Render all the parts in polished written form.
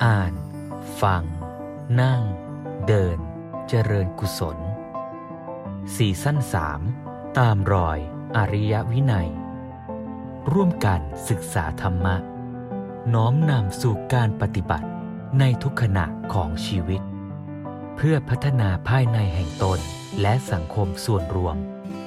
อ่านฟังนั่งเดินเจริญกุศลซีซั่น3ตามรอยอริยวินัยร่วมกันศึกษาธรรมะน้อมนำสู่การปฏิบัติในทุกขณะของชีวิตเพื่อพัฒนาภายในแห่งตนและสังคมส่วนรวม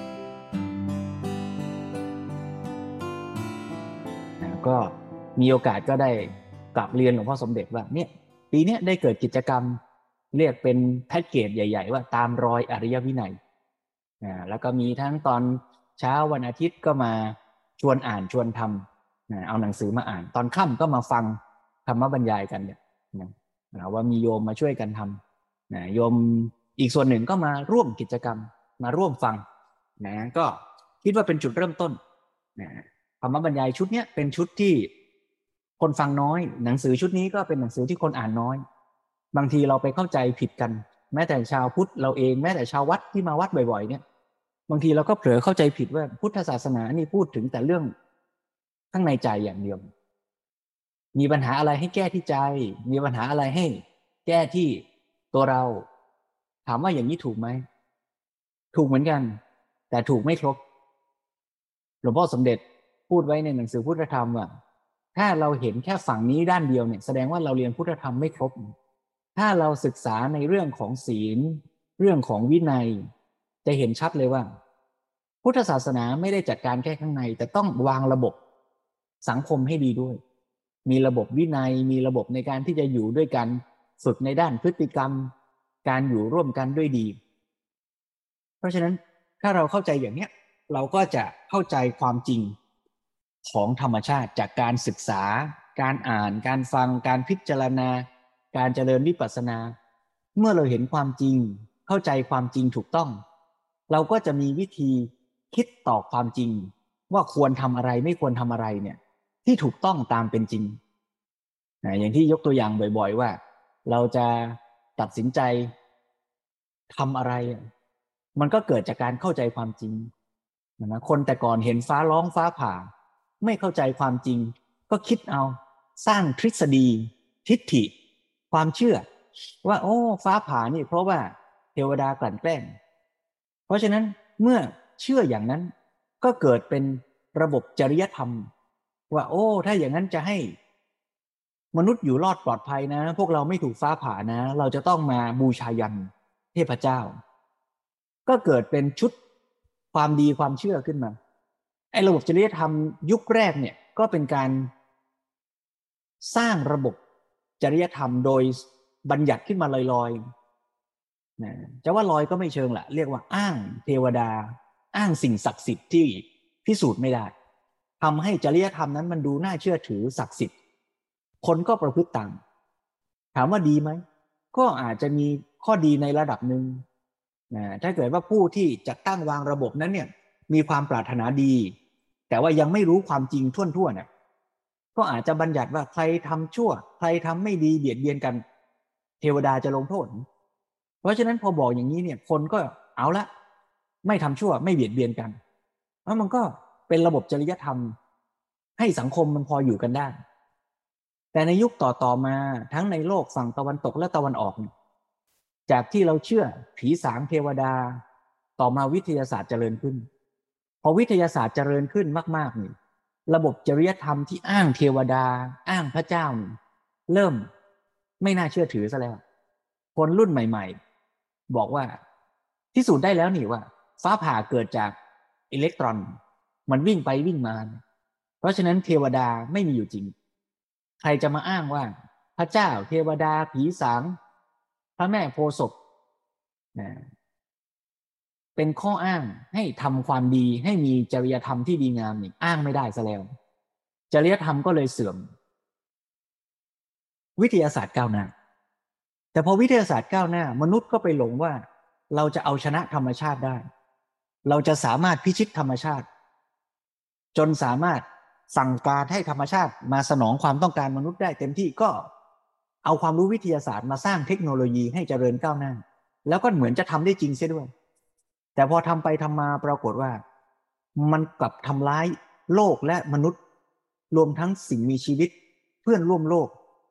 ก็มีโอกาสก็ได้กลับเรียนหลวงพ่อสมเด็จว่าเนี่ยปีนี้ได้เกิดกิจกรรมเรียกเป็นแพ็กเกจใหญ่ๆว่าตามรอยอริยวินัยแล้วก็มีทั้งตอนเช้าวันอาทิตย์ก็มาชวนอ่านชวนทำเอาหนังสือมาอ่านตอนค่ำก็มาฟังธรรมบรรยายกันเนี่ยว่ามีโยมมาช่วยกันทำโยมอีกส่วนหนึ่งก็มาร่วมกิจกรรมมาร่วมฟังก็คิดว่าเป็นจุดเริ่มต้นธรรมบรรยายชุดนี้เป็นชุดที่คนฟังน้อยหนังสือชุดนี้ก็เป็นหนังสือที่คนอ่านน้อยบางทีเราไปเข้าใจผิดกันแม้แต่ชาวพุทธเราเองแม้แต่ชาววัดที่มาวัดบ่อยๆเนี่ยบางทีเราก็เผลอเข้าใจผิดว่าพุทธศาสนานี่พูดถึงแต่เรื่องข้างในใจอย่างเดียวมีปัญหาอะไรให้แก้ที่ใจมีปัญหาอะไรให้แก้ที่ตัวเราถามว่าอย่างนี้ถูกไหมถูกเหมือนกันแต่ถูกไม่ครบหลวงพ่อสมเด็จพูดไว้ในหนังสือพุทธธรรมว่าถ้าเราเห็นแค่ฝั่งนี้ด้านเดียวเนี่ยแสดงว่าเราเรียนพุทธธรรมไม่ครบถ้าเราศึกษาในเรื่องของศีลเรื่องของวินัยจะเห็นชัดเลยว่าพุทธศาสนาไม่ได้จัดการแค่ข้างในแต่ต้องวางระบบสังคมให้ดีด้วยมีระบบวินัยมีระบบในการที่จะอยู่ด้วยกันฝึกในด้านพฤติกรรมการอยู่ร่วมกันด้วยดีเพราะฉะนั้นถ้าเราเข้าใจอย่างเนี้ยเราก็จะเข้าใจความจริงของธรรมชาติจากการศึกษาการอ่านการฟังการพิจารณาการเจริญวิปัสสนาเมื่อเราเห็นความจริงเข้าใจความจริงถูกต้องเราก็จะมีวิธีคิดต่อความจริงว่าควรทำอะไรไม่ควรทำอะไรเนี่ยที่ถูกต้องตามเป็นจริงอย่างที่ยกตัวอย่างบ่อยๆว่าเราจะตัดสินใจทำอะไรมันก็เกิดจากการเข้าใจความจริงคนแต่ก่อนเห็นฟ้าร้องฟ้าผ่าไม่เข้าใจความจริงก็คิดเอาสร้างทฤษฎีทิฏฐิความเชื่อว่าโอ้ฟ้าผ่านี่เพราะว่าเทวดากลั่นแกล้งเพราะฉะนั้นเมื่อเชื่ออย่างนั้นก็เกิดเป็นระบบจริยธรรมว่าโอ้ถ้าอย่างนั้นจะให้มนุษย์อยู่รอดปลอดภัยนะพวกเราไม่ถูกฟ้าผ่านะเราจะต้องมาบูชายันเทพเจ้าก็เกิดเป็นชุดความดีความเชื่อขึ้นมาไอ้ระบบจริยธรรมยุคแรกเนี่ยก็เป็นการสร้างระบบจริยธรรมโดยบัญญัติขึ้นมาลอยๆนะจะว่าลอยก็ไม่เชิงละเรียกว่าอ้างเทวดาอ้างสิ่งศักดิ์สิทธิ์ที่พิสูจน์ไม่ได้ทำให้จริยธรรมนั้นมันดูน่าเชื่อถือศักดิ์สิทธิ์คนก็ประพฤติตามถามว่าดีไหมก็อาจจะมีข้อดีในระดับหนึ่งถ้าเกิดว่าผู้ที่จัดตั้งวางระบบนั้นเนี่ยมีความปรารถนาดีแต่ว่ายังไม่รู้ความจริงทั่วๆเนี่ยก็อาจจะบัญญัติว่าใครทำชั่วใครทำไม่ดีเบียดเบียนกันเทวดาจะลงโทษเพราะฉะนั้นพอบอกอย่างนี้เนี่ยคนก็เอาละไม่ทำชั่วไม่เบียดเบียนกันแล้วมันก็เป็นระบบจริยธรรมให้สังคมมันพออยู่กันได้แต่ในยุคต่อมาทั้งในโลกฝั่งตะวันตกและตะวันออกจากที่เราเชื่อผีสางเทวดาต่อมาวิทยาศาสตร์เจริญขึ้นพอวิทยาศาสตร์เจริญขึ้นมากๆนี่ระบบจริยธรรมที่อ้างเทวดาอ้างพระเจ้าเริ่มไม่น่าเชื่อถือซะแล้วคนรุ่นใหม่ๆบอกว่าพิสูจน์ได้แล้วนี่ว่าฟ้าผ่าเกิดจากอิเล็กตรอนมันวิ่งไปวิ่งมาเพราะฉะนั้นเทวดาไม่มีอยู่จริงใครจะมาอ้างว่าพระเจ้าเทวดาผีสางพระแม่โพธิ์ศพเป็นข้ออ้างให้ทำความดีให้มีจริยธรรมที่ดีงามนี่อ้างไม่ได้ซะแล้วจริยธรรมก็เลยเสื่อมวิทยาศาสตร์ก้าวหน้าแต่พอวิทยาศาสตร์ก้าวหน้ามนุษย์ก็ไปหลงว่าเราจะเอาชนะธรรมชาติได้เราจะสามารถพิชิตธรรมชาติจนสามารถสั่งการให้ธรรมชาติมาสนองความต้องการมนุษย์ได้เต็มที่ก็เอาความรู้วิทยาศาสตร์มาสร้างเทคโนโลยีให้เจริญก้าวหน้าแล้วก็เหมือนจะทำได้จริงเสียด้วยแต่พอทำไปทำมาปรากฏว่ามันกลับทำร้ายโลกและมนุษย์รวมทั้งสิ่งมีชีวิตเพื่อนร่วมโลก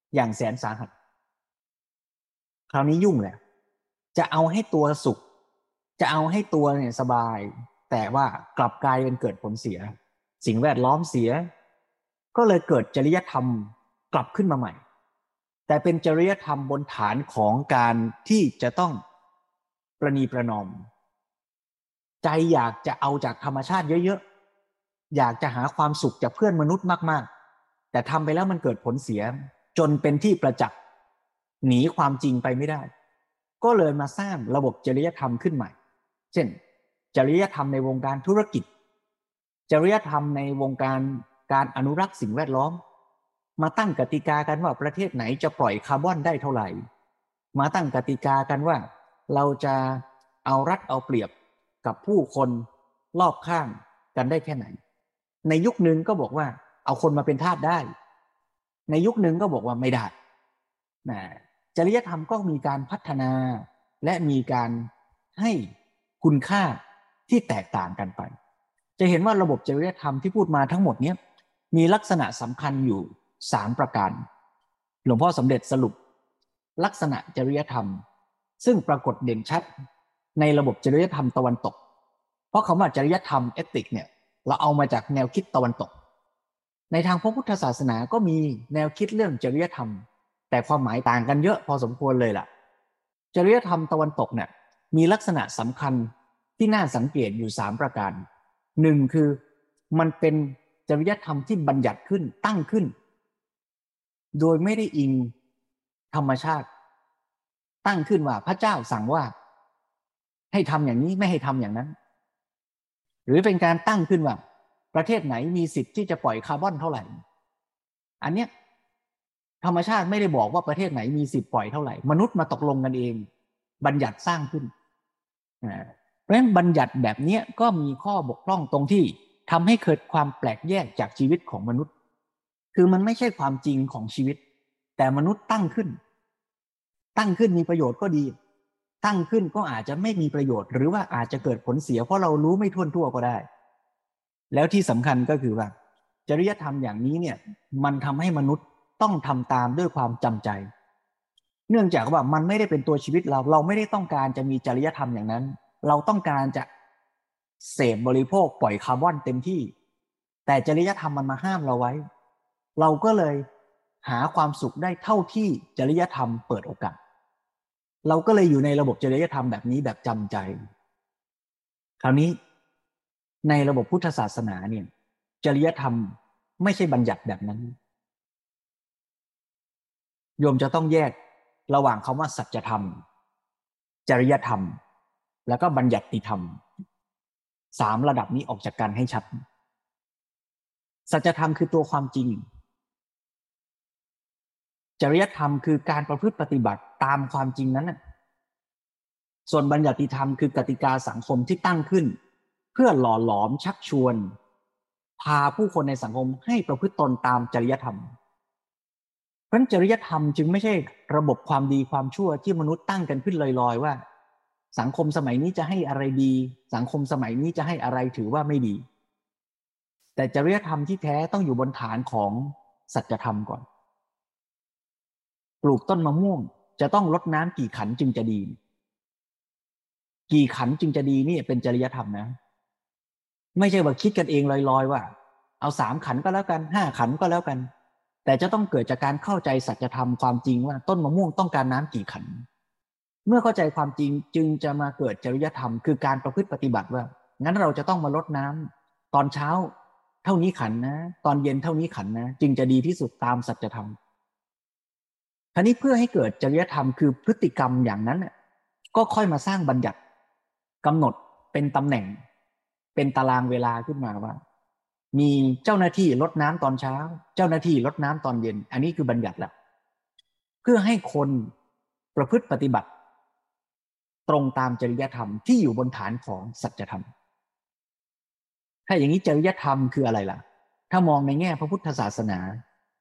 อย่างแสนสาหัสคราวนี้ยุ่งแหละจะเอาให้ตัวสุขจะเอาให้ตัวเนี่ยสบายแต่ว่ากลับกลายเป็นเกิดผลเสียสิ่งแวดล้อมเสียก็เลยเกิดจริยธรรมกลับขึ้นมาใหม่แต่เป็นจริยธรรมบนฐานของการที่จะต้องประนีประนอมใจอยากจะเอาจากธรรมชาติเยอะๆอยากจะหาความสุขจากเพื่อนมนุษย์มากๆแต่ทำไปแล้วมันเกิดผลเสียจนเป็นที่ประจักษ์หนีความจริงไปไม่ได้ก็เลยมาสร้างระบบจริยธรรมขึ้นใหม่เช่นจริยธรรมในวงการธุรกิจจริยธรรมในวงการอนุรักษ์สิ่งแวดล้อมมาตั้งกติกากันว่าประเทศไหนจะปล่อยคาร์บอนได้เท่าไหร่มาตั้งกติกากันว่าเราจะเอารัดเอาเปรียบกับผู้คนรอบข้างกันได้แค่ไหนในยุคนึงก็บอกว่าเอาคนมาเป็นทาสได้ในยุคนึงก็บอกว่าไม่ได้นะจริยธรรมก็มีการพัฒนาและมีการให้คุณค่าที่แตกต่างกันไปจะเห็นว่าระบบจริยธรรมที่พูดมาทั้งหมดนี้มีลักษณะสำคัญอยู่3ประการหลวงพ่อสมเด็จสรุปลักษณะจริยธรรมซึ่งปรากฏเด่นชัดในระบบจริยธรรมตะวันตกเพราะคำว่าจริยธรรมเอติกเนี่ยเราเอามาจากแนวคิดตะวันตกในทางพระพุทธศาสนาก็มีแนวคิดเรื่องจริยธรรมแต่ความหมายต่างกันเยอะพอสมควรเลยล่ะจริยธรรมตะวันตกเนี่ยมีลักษณะสำคัญที่น่าสังเกตอยู่3ประการ1คือมันเป็นจริยธรรมที่บัญญัติขึ้นตั้งขึ้นโดยไม่ได้อิงธรรมชาติตั้งขึ้นว่าพระเจ้าสั่งว่าให้ทำอย่างนี้ไม่ให้ทำอย่างนั้นหรือเป็นการตั้งขึ้นว่าประเทศไหนมีสิทธิ์ที่จะปล่อยคาร์บอนเท่าไหร่อันเนี้ยธรรมชาติไม่ได้บอกว่าประเทศไหนมีสิทธิ์ปล่อยเท่าไหร่มนุษย์มาตกลงกันเองบัญญัติสร้างขึ้นเพราะฉะนั้นบัญญัติแบบนี้ก็มีข้อบกพร่องตรงที่ทำให้เกิดความแปลกแยกจากชีวิตของมนุษย์คือมันไม่ใช่ความจริงของชีวิตแต่มนุษย์ตั้งขึ้นมีประโยชน์ก็ดีตั้งขึ้นก็อาจจะไม่มีประโยชน์หรือว่าอาจจะเกิดผลเสียเพราะเรารู้ไม่ทั่วก็ได้แล้วที่สำคัญก็คือว่าจริยธรรมอย่างนี้เนี่ยมันทำให้มนุษย์ต้องทำตามด้วยความจำใจเนื่องจากว่ามันไม่ได้เป็นตัวชีวิตเราไม่ได้ต้องการจะมีจริยธรรมอย่างนั้นเราต้องการจะเสพบริโภคปล่อยคาร์บอนเต็มที่แต่จริยธรรมมันมาห้ามเราไว้เราก็เลยหาความสุขได้เท่าที่จริยธรรมเปิดโอกาสเราก็เลยอยู่ในระบบจริยธรรมแบบนี้แบบจำใจคราวนี้ในระบบพุทธศาสนาเนี่ยจริยธรรมไม่ใช่บัญญัติแบบนั้นโยมจะต้องแยกระหว่างคำว่าสัจธรรมจริยธรรมแล้วก็บัญญัติธรรม3ระดับนี้ออกจากกันให้ชัดสัจธรรมคือตัวความจริงจริยธรรมคือการประพฤติปฏิบัติตามความจริงนั้นส่วนบัญญัติธรรมคือกติกาสังคมที่ตั้งขึ้นเพื่อหล่อหลอมชักชวนพาผู้คนในสังคมให้ประพฤติตนตามจริยธรรมเพราะฉะนั้นจริยธรรมจึงไม่ใช่ระบบความดีความชั่วที่มนุษย์ตั้งกันขึ้นลอยๆว่าสังคมสมัยนี้จะให้อะไรดีสังคมสมัยนี้จะให้อะไรถือว่าไม่ดีแต่จริยธรรมที่แท้ต้องอยู่บนฐานของสัจธรรมก่อนปลูกต้นมะม่วงจะต้องรดน้ำกี่ขันจึงจะดีกี่ขันจึงจะดีนี่เป็นจริยธรรมนะไม่ใช่ว่าคิดกันเองลอยๆว่าเอา3ขันก็แล้วกัน5ขันก็แล้วกันแต่จะต้องเกิดจากการเข้าใจสัจธรรมความจริงว่าต้นมะม่วงต้องการน้ำกี่ขันเมื่อเข้าใจความจริงจึงจะมาเกิดจริยธรรมคือการประพฤติปฏิบัติว่างั้นเราจะต้องมารดน้ำตอนเช้าเท่านี้ขันนะตอนเย็นเท่านี้ขันนะจึงจะดีที่สุดตามสัจธรรมทีนี้เพื่อให้เกิดจริยธรรมคือพฤติกรรมอย่างนั้นก็ค่อยมาสร้างบัญญัติกำหนดเป็นตำแหน่งเป็นตารางเวลาขึ้นมาว่ามีเจ้าหน้าที่รดน้ำตอนเช้าเจ้าหน้าที่รดน้ำตอนเย็นอันนี้คือบัญญัติแล้วเพื่อให้คนประพฤติปฏิบัติตรงตามจริยธรรมที่อยู่บนฐานของสัจธรรมถ้าอย่างนี้จริยธรรมคืออะไรล่ะถ้ามองในแง่พระพุทธศาสนา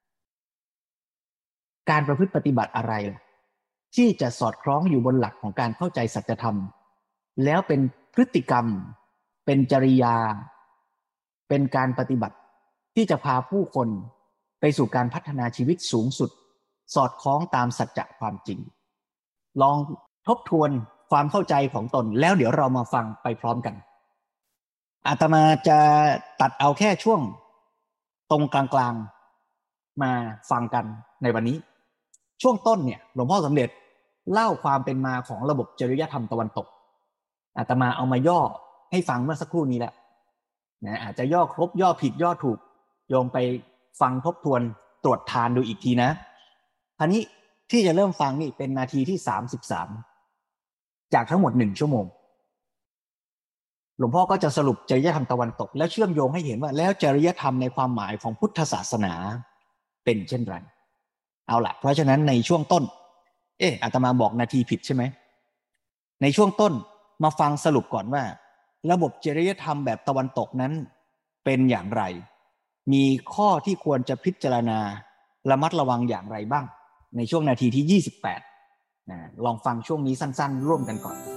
การประพฤติปฏิบัติอะไรล่ะที่จะสอดคล้องอยู่บนหลักของการเข้าใจสัจธรรมแล้วเป็นพฤติกรรมเป็นจริยาเป็นการปฏิบัติที่จะพาผู้คนไปสู่การพัฒนาชีวิตสูงสุดสอดคล้องตามสัจจะความจริงลองทบทวนความเข้าใจของตนแล้วเดี๋ยวเรามาฟังไปพร้อมกันอาตมาจะตัดเอาแค่ช่วงตรงกลางๆมาฟังกันในวันนี้ช่วงต้นเนี่ยหลวงพ่อสมเด็จเล่าความเป็นมาของระบบจริยธรรมตะวันตกอาตมาเอามาย่อให้ฟังเมื่อสักครู่นี้แหละนะอาจจะย่อครบย่อผิดย่อถูกโยมไปฟังทบทวนตรวจทานดูอีกทีนะคราวนี้ที่จะเริ่มฟังนี่เป็นนาทีที่33จากทั้งหมด1ชั่วโมงหลวงพ่อก็จะสรุปจริยธรรมตะวันตกแล้วเชื่อมโยงให้เห็นว่าแล้วจริยธรรมในความหมายของพุทธศาสนาเป็นเช่นไรเอาล่ะเพราะฉะนั้นในช่วงต้นอาตมาบอกนาทีผิดใช่ไหมในช่วงต้นมาฟังสรุปก่อนว่าระบบจริยธรรมแบบตะวันตกนั้นเป็นอย่างไรมีข้อที่ควรจะพิจารณาระมัดระวังอย่างไรบ้างในช่วงนาทีที่28ลองฟังช่วงนี้สั้นๆร่วมกันก่อน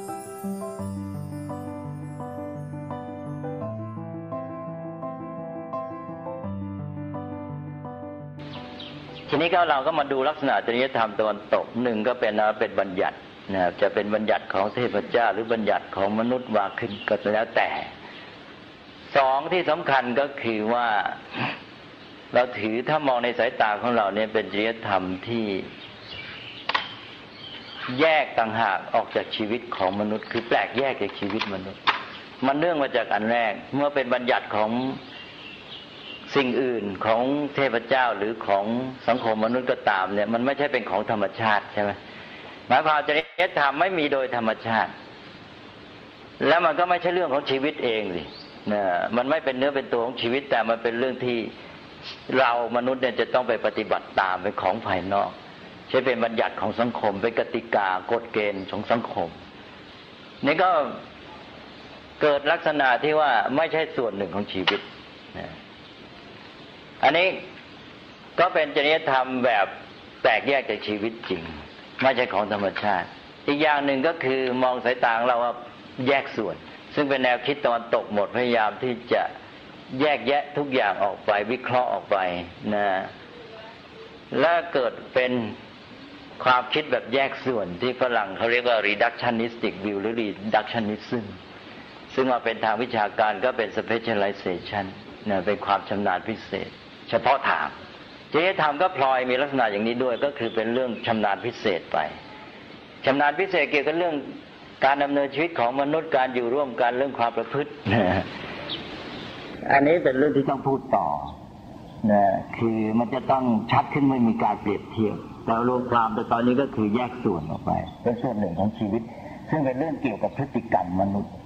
ทีนี้เราก็มาดูลักษณะจริยธรรมตะวันตกหนึ่งก็เป็นบัญญัตินะจะเป็นบัญญัติของเทพเจ้าหรือบัญญัติของมนุษย์ว่าขึ้นก็แล้วแต่สองที่สำคัญก็คือว่าเราถือถ้ามองในสายตาของเราเนี่ยเป็นจริยธรรมที่แยกต่างหากออกจากชีวิตของมนุษย์คือแปลกแยกจากชีวิตมนุษย์มันเนื่องมาจากอันแรกเมื่อเป็นบัญญัติของสิ่งอื่นของเทพเจ้าหรือของสังคมมนุษย์ก็ตามเนี่ยมันไม่ใช่เป็นของธรรมชาติใช่ไหมหมายความจริยธรรมไม่มีโดยธรรมชาติแล้วมันก็ไม่ใช่เรื่องของชีวิตเองสินะมันไม่เป็นเนื้อเป็นตัวของชีวิตแต่มันเป็นเรื่องที่เรามนุษย์เนี่ยจะต้องไปปฏิบัติตามเป็นของภายนอกใช่เป็นบัญญัติของสังคมเป็นกติกากฎเกณฑ์ของสังคมนี่ก็เกิดลักษณะที่ว่าไม่ใช่ส่วนหนึ่งของชีวิตนะอันนี้ก็เป็นจริยธรรมแบบแตกแยกจากชีวิตจริงไม่ใช่ของธรรมชาติอีกอย่างหนึ่งก็คือมองสายตาเราว่าแยกส่วนซึ่งเป็นแนวคิดตะวันตกหมดพยายามที่จะแยกแยะทุกอย่างออกไปวิเคราะห์ออกไปนะและเกิดเป็นความคิดแบบแยกส่วนที่ฝรั่งเขาเรียกว่า reductionistic view หรือ reductionism ซึ่งมาเป็นทางวิชาการก็เป็น specialization นะเป็นความชำนาญพิเศษเฉพาะทางจริยธรรมก็พลอยมีลักษณะอย่างนี้ด้วยก็คือเป็นเรื่องชำนาญพิเศษไปชำนาญพิเศษเกี่ยวกับเรื่องการดำเนินชีวิตของมนุษย์การอยู่ร่วมกันเรื่องความประพฤติอันนี้เป็นเรื่องที่ต้องพูดต่อนะคือมันจะต้องชัดขึ้นไม่มีการเปรียบเทียบแต่รวมความแต่ตอนนี้ก็คือแยกส่วนออกไปเป็นส่วนหนึ่งของชีวิตซึ่งเป็นเรื่องเกี่ยวกับพฤติกรรมมนุษย์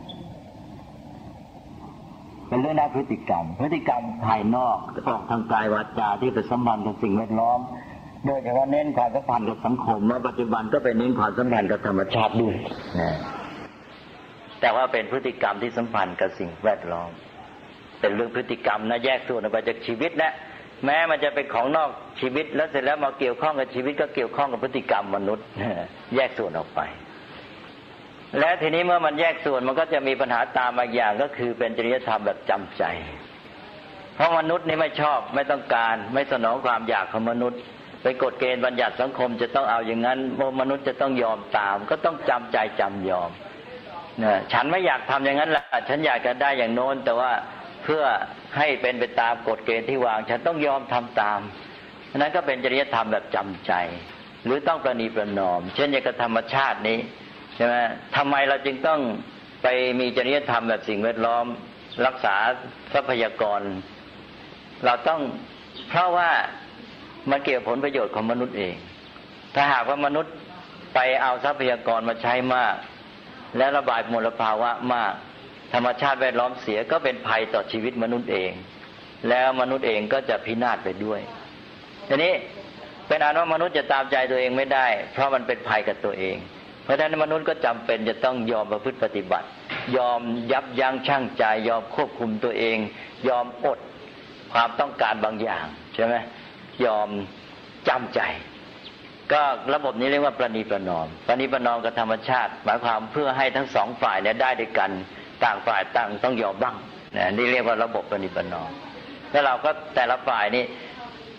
เป็นเรื่องด้านพฤติกรรมภายนอกออกทางกายวาจาที่เป็นสัมพันธ์กับสิ่งแวดล้อมโดยเฉพาะเน้นความสัมพันธ์กับสังคมปัจจุบันก็เป็นเน้นความสัมพันธ์กับธรรมชาติด้วยนะแต่ว่าเป็นพฤติกรรมที่สัมพันธ์กับสิ่งแวดล้อมเป็นเรื่องพฤติกรรมนะแยกส่วนออกไปจากชีวิตนะแม้มันจะเป็นของนอกชีวิตแล้วเสร็จแล้วมาเกี่ยวข้องกับชีวิตก็เกี่ยวข้องกับพฤติกรรมมนุษย์แยกส่วนออกไปและทีนี้เมื่อมันแยกส่วนมันก็จะมีปัญหาตามมาอย่างก็คือเป็นจริยธรรมแบบจำใจเพราะมนุษย์นี่ไม่ชอบไม่ต้องการไม่สนองความอยากของมนุษย์เป็นกฎเกณฑ์บัญญัติสังคมจะต้องเอาอย่างนั้นมนุษย์จะต้องยอมตามก็ต้องจำใจจำยอมเนี่ยฉันไม่อยากทำอย่างนั้นแหละฉันอยากจะได้อย่างโน้นแต่ว่าเพื่อให้เป็นไปตามกฎเกณฑ์ที่วางฉันต้องยอมทำตามนั้นก็เป็นจริยธรรมแบบจำใจหรือต้องประนีประนอมเช่นอย่างกับธรรมชาตินี้ใช่ไหมทำไมเราจึงต้องไปมีจริยธรรมแบบสิ่งแวดล้อมรักษาทรัพยากรเราต้องเพราะว่ามันเกี่ยวผลประโยชน์ของมนุษย์เองถ้าหากว่ามนุษย์ไปเอาทรัพยากรมาใช้มากและระบายมลภาวะมากธรรมชาติแวดล้อมเสียก็เป็นภัยต่อชีวิตมนุษย์เองแล้วมนุษย์เองก็จะพินาศไปด้วยทีนี้เป็นอันว่ามนุษย์จะตามใจตัวเองไม่ได้เพราะมันเป็นภัยกับตัวเองเพราะฉะนั้นมนุษย์ก็จำเป็นจะต้องยอมประพฤติปฏิบัติยอมยับยั้งชั่งใจยอมควบคุมตัวเองยอมอดความต้องการบางอย่างใช่ไหมยอมจำใจก็ระบบนี้เรียกว่าประนีประนอมกับธรรมชาติหมายความเพื่อให้ทั้งสองฝ่ายเนี่ยได้ด้วยกันต่างฝ่ายต่างต้องยอมบ้างนี่เรียกว่าระบบประนีประนอมแล้วเราก็แต่ละฝ่ายนี่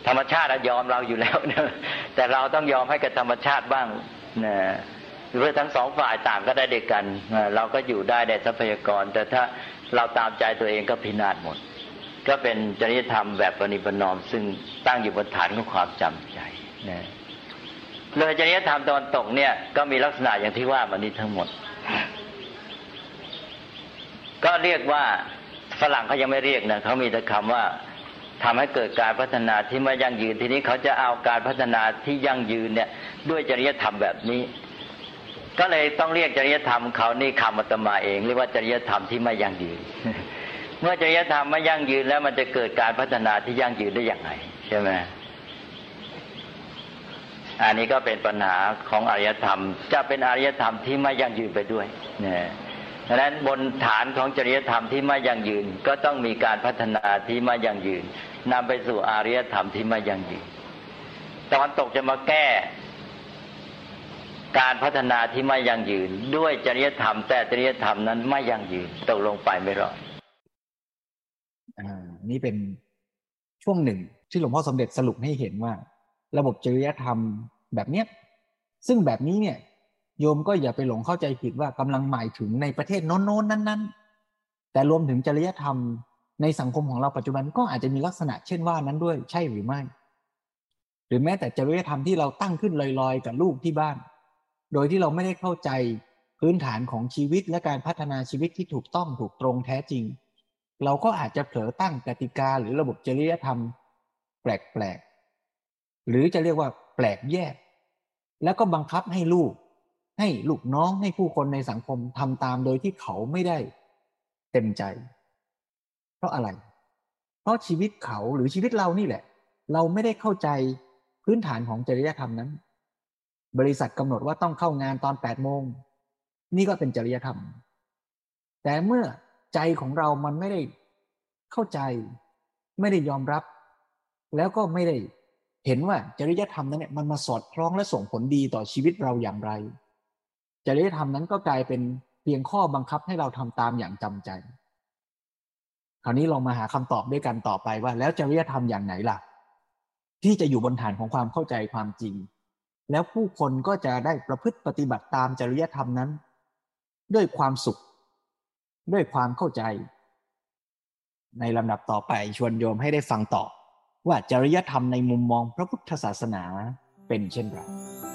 ธรรมชาติยอมเราอยู่แล้วนะแต่เราต้องยอมให้กับธรรมชาติบ้างนะเพื่อทั้งสองฝ่ายต่างก็ได้ด้วยกันเราก็อยู่ได้ในทรัพยากรแต่ถ้าเราตามใจตัวเองก็พินาศหมดก็เป็นจริยธรรมแบบปณิประนอมซึ่งตั้งอยู่บนฐานของความจำใจนะเลยจริยธรรมตะวันตกเนี่ยก็มีลักษณะอย่างที่ว่ามานี้ทั้งหมดก็เรียกว่าฝรั่งเขายังไม่เรียกนะเขามีแต่คำว่าทำให้เกิดการพัฒนาที่ไม่ยั่งยืนทีนี้เขาจะเอาการพัฒนาที่ยั่งยืนเนี่ยด้วยจริยธรรมแบบนี้ก็เลยต้องเรียกจริยธรรมเขานี่คำอาตมาเองเรียกว่าจริยธรรมที่ไม่ยั่งยืนเมื่อจริยธรรมไม่ยั่งยืนแล้วมันจะเกิดการพัฒนาที่ยั่งยืนได้อย่างไรใช่ไหมอันนี้ก็เป็นปัญหาของอารยธรรมจะเป็นอารยธรรมที่ไม่ยั่งยืนไปด้วยนะดังนั้นบนฐานของจริยธรรมที่ไม่ยั่งยืนก็ต้องมีการพัฒนาที่ไม่ยั่งยืนนำไปสู่อารยธรรมที่ไม่ยั่งยืนตะวันตกจะมาแก้การพัฒนาที่ไม่ยั่งยืนด้วยจริยธรรมแต่จริยธรรมนั้นไม่ยั่งยืนตกลงไปไม่รอดนี่เป็นช่วงหนึ่งที่หลวงพ่อสมเด็จสรุปให้เห็นว่าระบบจริยธรรมแบบเนี้ยซึ่งแบบนี้เนี่ยโยมก็อย่าไปหลงเข้าใจผิดว่ากำลังหมายถึงในประเทศโน้นๆนั้นๆแต่รวมถึงจริยธรรมในสังคมของเราปัจจุบันก็อาจจะมีลักษณะเช่นว่านั้นด้วยใช่หรือไม่หรือแม้แต่จริยธรรมที่เราตั้งขึ้นลอยๆกับลูกที่บ้านโดยที่เราไม่ได้เข้าใจพื้นฐานของชีวิตและการพัฒนาชีวิตที่ถูกต้องถูกตรงแท้จริงเราก็อาจจะเผลอตั้งกติกาหรือระบบจริยธรรมแปลกๆหรือจะเรียกว่าแปลกแยกแล้วก็บังคับให้ลูกน้องให้ผู้คนในสังคมทำตามโดยที่เขาไม่ได้เต็มใจเพราะอะไรเพราะชีวิตเขาหรือชีวิตเรานี่แหละเราไม่ได้เข้าใจพื้นฐานของจริยธรรมนั้นบริษัทกำหนดว่าต้องเข้างานตอน 8 โมงนี่ก็เป็นจริยธรรมแต่เมื่อใจของเรามันไม่ได้เข้าใจไม่ได้ยอมรับแล้วก็ไม่ได้เห็นว่าจริยธรรมนั้นเนี่ยมันมาสอดคล้องและส่งผลดีต่อชีวิตเราอย่างไรจริยธรรมนั้นก็กลายเป็นเพียงข้อบังคับให้เราทำตามอย่างจำใจคราวนี้เรามาหาคำตอบด้วยกันต่อไปว่าแล้วจริยธรรมอย่างไหนล่ะที่จะอยู่บนฐานของความเข้าใจความจริงแล้วผู้คนก็จะได้ประพฤติปฏิบัติตามจริยธรรมนั้นด้วยความสุขด้วยความเข้าใจในลำดับต่อไปชวนโยมให้ได้ฟังต่อว่าจริยธรรมในมุมมองพระพุทธศาสนาเป็นเช่นไร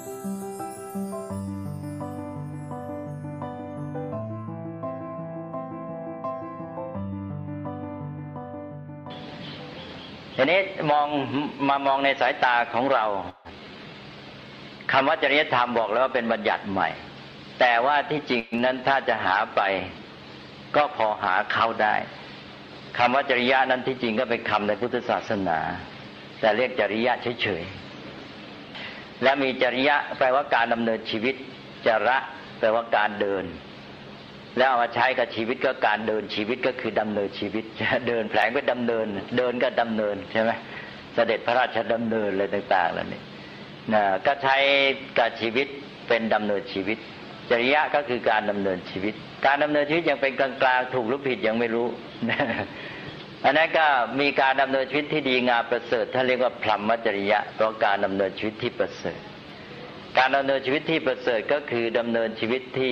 ทีนี้มองในสายตาของเราคำว่าจริยธรรมบอกแล้วว่าเป็นบัญญัติใหม่แต่ว่าที่จริงนั้นถ้าจะหาไปก็พอหาเข้าได้คำว่าจริยะนั้นที่จริงก็เป็นคำในพุทธศาสนาแต่เรียกจริยะเฉยๆและมีจริยะแปลว่าการดำเนินชีวิตจระแปลว่าการเดินแล้วเอามาใช้กับชีวิตก็การเดินชีวิตก็คือดำเนินชีวิตเดินแผลงไปดำเนินเดินก็ดำเนินใช่ไหมเสด็จพระราชดำเนินอะไรต่างๆแล้วนี่ก็ใช้กับชีวิตเป็นดำเนินชีวิตจริยะก็คือการดำเนินชีวิตการดำเนินชีวิตยังเป็นกลางๆถูกหรือผิดยังไม่รู้อันนั้นก็มีการดำเนินชีวิตที่ดีงามประเสริฐท่านเรียกว่าพรหมจริยะเพราะการดำเนินชีวิตที่ประเสริฐการดำเนินชีวิตที่ประเสริฐก็คือดำเนินชีวิตที่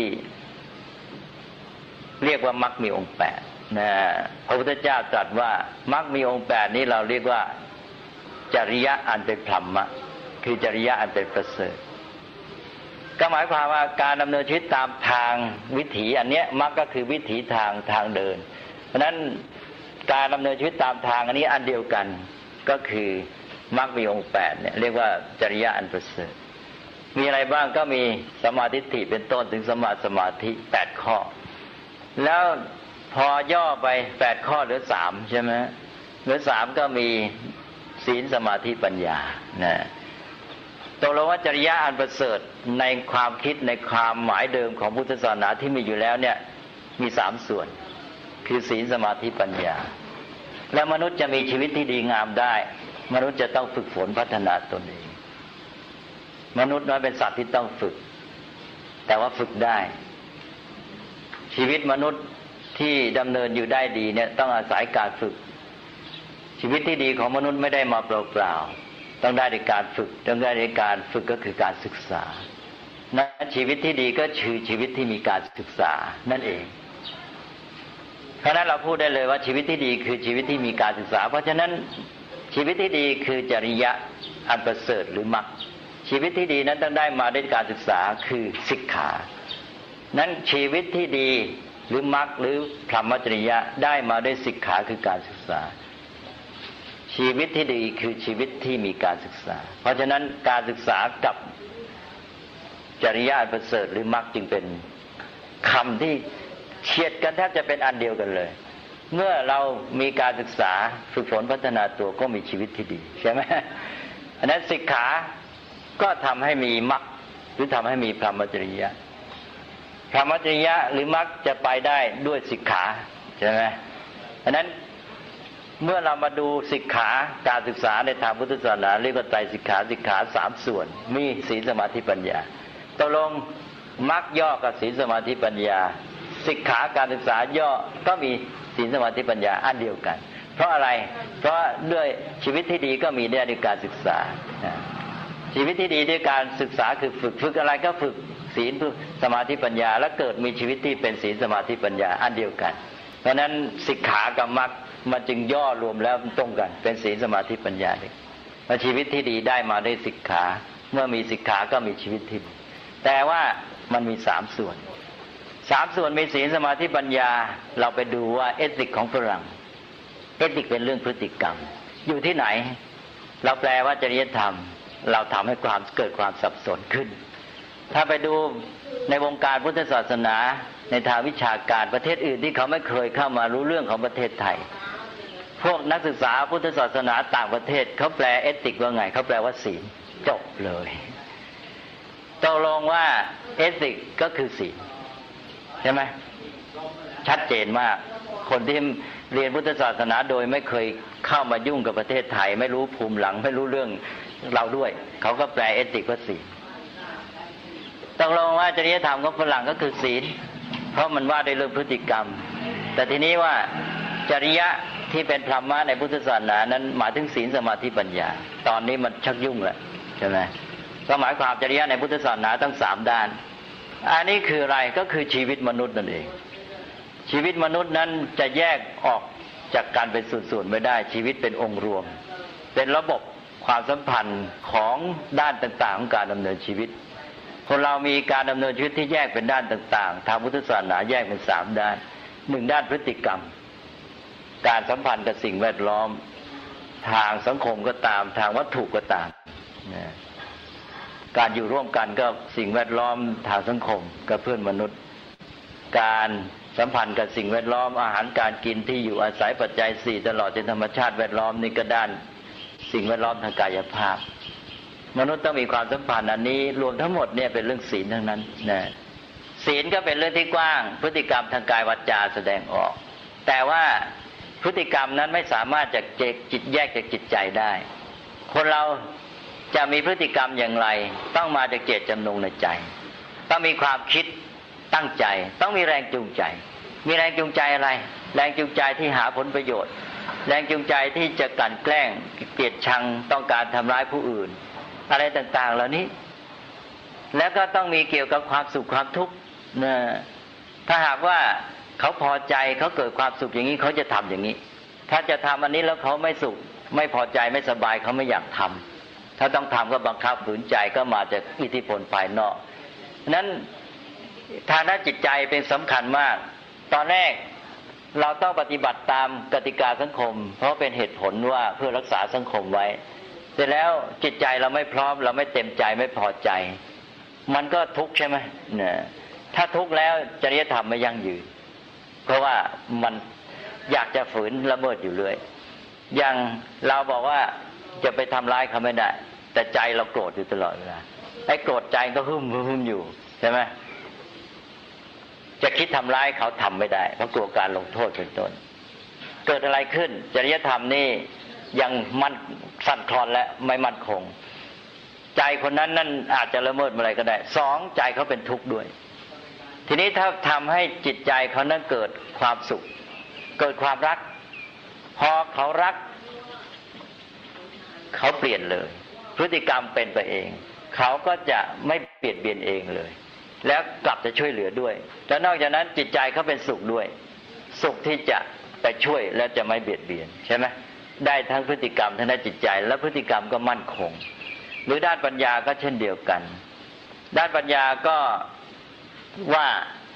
เรียกว่ามรรคมีองค์8นะพระพุทธเจ้าตรัสว่ามรรคมีองค์8นี้เราเรียกว่าจริยะอันเป็นพรหมะคือจริยะอันเป็นประเสริฐก็หมายความว่าการดำเนินชีวิตตามทางวิถีอันเนี้ยมรรคก็คือวิถีทางเดินเพราะฉะนั้นการดำเนินชีวิตตามทางอันนี้อันเดียวกันก็คือมรรคมีองค์8เนี่ยเรียกว่าจริยะอันประเสริฐมีอะไรบ้างก็มีสัมมาทิฏฐิเป็นต้นถึงสัมมาสมาธิ8ข้อแล้วพอย่อไป8ข้อเหลือ3ใช่ไหมเหลือ3ก็มีศีลสมาธิปัญญานะตกลงว่าจริยะอันประเสริฐในความคิดในความหมายเดิมของพุทธศาสนาที่มีอยู่แล้วเนี่ยมี3ส่วนคือศีลสมาธิปัญญาและมนุษย์จะมีชีวิตที่ดีงามได้มนุษย์จะต้องฝึกฝนพัฒนาตนเองมนุษย์นั้นเป็นสัตว์ที่ต้องฝึกแต่ว่าฝึกได้ชีวิตมนุษย์ที่ดำเนินอยู่ได้ดีเนี่ยต้องอาศัยการฝึกชีวิตที่ดีของมนุษย์ไม่ได้มาเปล่าๆต้องได้ในการฝึกต้องได้ในการฝึกก็คือการศึกษานั้นชีวิตที่ดีก็คือชีวิตที่มีการศึกษานั่นเองเพราะนั้นเราพูดได้เลยว่าชีวิตที่ดีคือชีวิตที่มีการศึกษาเพราะฉะนั้นชีวิตที่ดีคือจริยะอันประเสริฐหรือมรรคชีวิตที่ดีนั้นต้องได้มาด้วยการศึกษาคือศิกขานั้นชีวิตที่ดีหรือมรรคหรือพรหมจริยะได้มาด้วยศิกขาคือการศึกษาชีวิตที่ดีคือชีวิตที่มีการศึกษาเพราะฉะนั้นการศึกษากับจริยะอันประเสริฐหรือมรรคจึงเป็นคำที่เฉียดกันแทบจะเป็นอันเดียวกันเลยเมื่อเรามีการศึกษาฝึกฝนพัฒนาตัวก็มีชีวิตที่ดีใช่ไหมอันนั้นศิกขาก็ทำให้มีมรรคหรือทำให้มีพรหมจริยะพรหมจริยะหรือมรรคจะไปได้ด้วยศิกขาใช่ไหมอันนั้นเมื่อเรามาดูศิกขาการศึกษาในทางพุทธศาสนาเรียกว่าไตรศิกขาศิกขา3ส่วนมีศีลสมาธิปัญญาตกลงมรรคย่อกับศีลสมาธิปัญญาศิกขาการศึกษาย่อก็มีศีลสมาธิปัญญาอันเดียวกันเพราะอะไรเพราะด้วยชีวิตที่ดีก็มีได้ด้วยการศึกษาชีวิตที่ดีด้วยการศึกษาคือฝึกอะไรก็ฝึกศีลสมาธิปัญญาแล้วเกิดมีชีวิตที่เป็นศีลสมาธิปัญญาอันเดียวกันเพราะนั้นศิกขากับมรรคมันจึงย่อรวมแล้วตรงกันเป็นศีลสมาธิปัญญาเลยชีวิตที่ดีได้มาด้วยศิกขาเมื่อมีศิกขาก็มีชีวิตที่ดีแต่ว่ามันมี3ส่วนมีศีลสมาธิปัญญาเราไปดูว่าเอติกของฝรั่งเอติกเป็นเรื่องพฤติกรรมอยู่ที่ไหนเราแปลว่าจริยธรรมเราทำให้เกิดความสับสนขึ้นถ้าไปดูในวงการพุทธศาสนาในทางวิชาการประเทศอื่นที่เขาไม่เคยเข้ามารู้เรื่องของประเทศไทยพวกนักศึกษาพุทธศาสนาต่างประเทศเขาแปลเอติกว่าไงเขาแปลว่าศีลจบเลยตกลงว่าเอติกก็คือศีลใช่ไหมชัดเจนมากคนที่เรียนพุทธศาสนาโดยไม่เคยเข้ามายุ่งกับประเทศไทยไม่รู้ภูมิหลังไม่รู้เรื่องเราด้วยเขาก็แปลเอติกว่าศีลตกลงว่าจริยธรรมของฝรั่งก็คือศีลเพราะมันว่าด้วยเรื่องพฤติกรรมแต่ทีนี้ว่าจริยะที่เป็นธรรมะในพุทธศาสนานั้นหมายถึงศีลสมาธิปัญญาตอนนี้มันชักยุ่งแล้วใช่ไหมก็หมายความจริยะในพุทธศาสนาทั้ง3ด้านอันนี้คืออะไรก็คือชีวิตมนุษย์นั่นเองชีวิตมนุษย์นั้นจะแยกออกจากการเป็นส่วนๆไม่ได้ชีวิตเป็นองค์รวมเป็นระบบความสัมพันธ์ของด้านต่างๆของการดำเนินชีวิตคนเรามีการดำเนินชีวิตที่แยกเป็นด้านต่างๆทางพุทธศาสนาแยกเป็น3ด้าน1ด้านพฤติกรรมการสัมพันธ์กับสิ่งแวดล้อมทางสังคมก็ตามทางวัตถุก็ตามการอยู่ร่วมกันกับสิ่งแวดล้อมทางสังคมกับเพื่อนมนุษย์การสัมพันธ์กับสิ่งแวดล้อมอาหารการกินที่อยู่อาศัยปัจจัย4ตลอดจนธรรมชาติแวดล้อมนี่ก็ด้านสิ่งแวดล้อมทางกายภาพมนุษย์ต้องมีความสัมพันธ์อันนี้รวมทั้งหมดเนี่ยเป็นเรื่องศีลทั้งนั้นนะศีลก็เป็นเรื่องที่กว้างพฤติกรรมทางกายวาจาแสดงออกแต่ว่าพฤติกรรมนั้นไม่สามารถจะจิตแยกจากจิตใจได้คนเราจะมีพฤติกรรมอย่างไรต้องมาจากเจตจำนงในใจต้องมีความคิดตั้งใจต้องมีแรงจูงใจมีแรงจูงใจอะไรแรงจูงใจที่หาผลประโยชน์แรงจูงใจที่จะกลั่นแกล้งเกลียดชังต้องการทำร้ายผู้อื่นอะไรต่างๆเหล่านี้แล้วก็ต้องมีเกี่ยวกับความสุขความทุกข์นะถ้าหากว่าเขาพอใจเขาเกิดความสุขอย่างนี้เขาจะทำอย่างนี้ถ้าจะทำอันนี้แล้วเขาไม่สุขไม่พอใจไม่สบายเขาไม่อยากทำถ้าต้องทำก็บังคับฝืนใจก็มาจากอิทธิพลภายนอกนั้นฐานะจิตใจเป็นสำคัญมากตอนแรกเราต้องปฏิบัติตามกติกาสังคมเพราะเป็นเหตุผลว่าเพื่อรักษาสังคมไว้เสร็จแล้วจิตใจเราไม่พร้อมเราไม่เต็มใจไม่พอใจมันก็ทุกข์ใช่ไหมเนี่ยถ้าทุกข์แล้วจริยธรรมไม่ยั่งยืนเพราะว่ามันอยากจะฝืนละเมิดอยู่เรื่อยอย่างเราบอกว่าจะไปทำร้ายเขาไม่ได้แต่ใจเราโกรธอยู่ตลอดเวลาไอ้โกรธใจก็หึ่มอยู่ใช่ไหมจะคิดทำร้ายเขาทำไม่ได้เพราะกลัวการลงโทษเป็นต้นเกิดอะไรขึ้นจริยธรรมนี่ยังมันสั่นคลอนและไม่มั่นคงใจคนนั้นนั่นอาจจะละเมิดอะไรก็ได้2ใจเขาเป็นทุกข์ด้วยทีนี้ถ้าทำให้จิตใจเขานั้นเกิดความสุขเกิดความรักพอเขารักเขาเปลี่ยนเลยพฤติกรรมเป็นไปเองเขาก็จะไม่เบียดเบียนเองเลยแล้วกลับจะช่วยเหลือด้วยแล้วนอกจากนั้นจิตใจเขาเป็นสุขด้วยสุขที่จะไปช่วยและจะไม่เบียดเบียนใช่ไหมได้ทั้งพฤติกรรมทั้งด้านจิตใจและพฤติกรรมก็มั่นคงหรือด้านปัญญาก็เช่นเดียวกันด้านปัญญาก็ว่า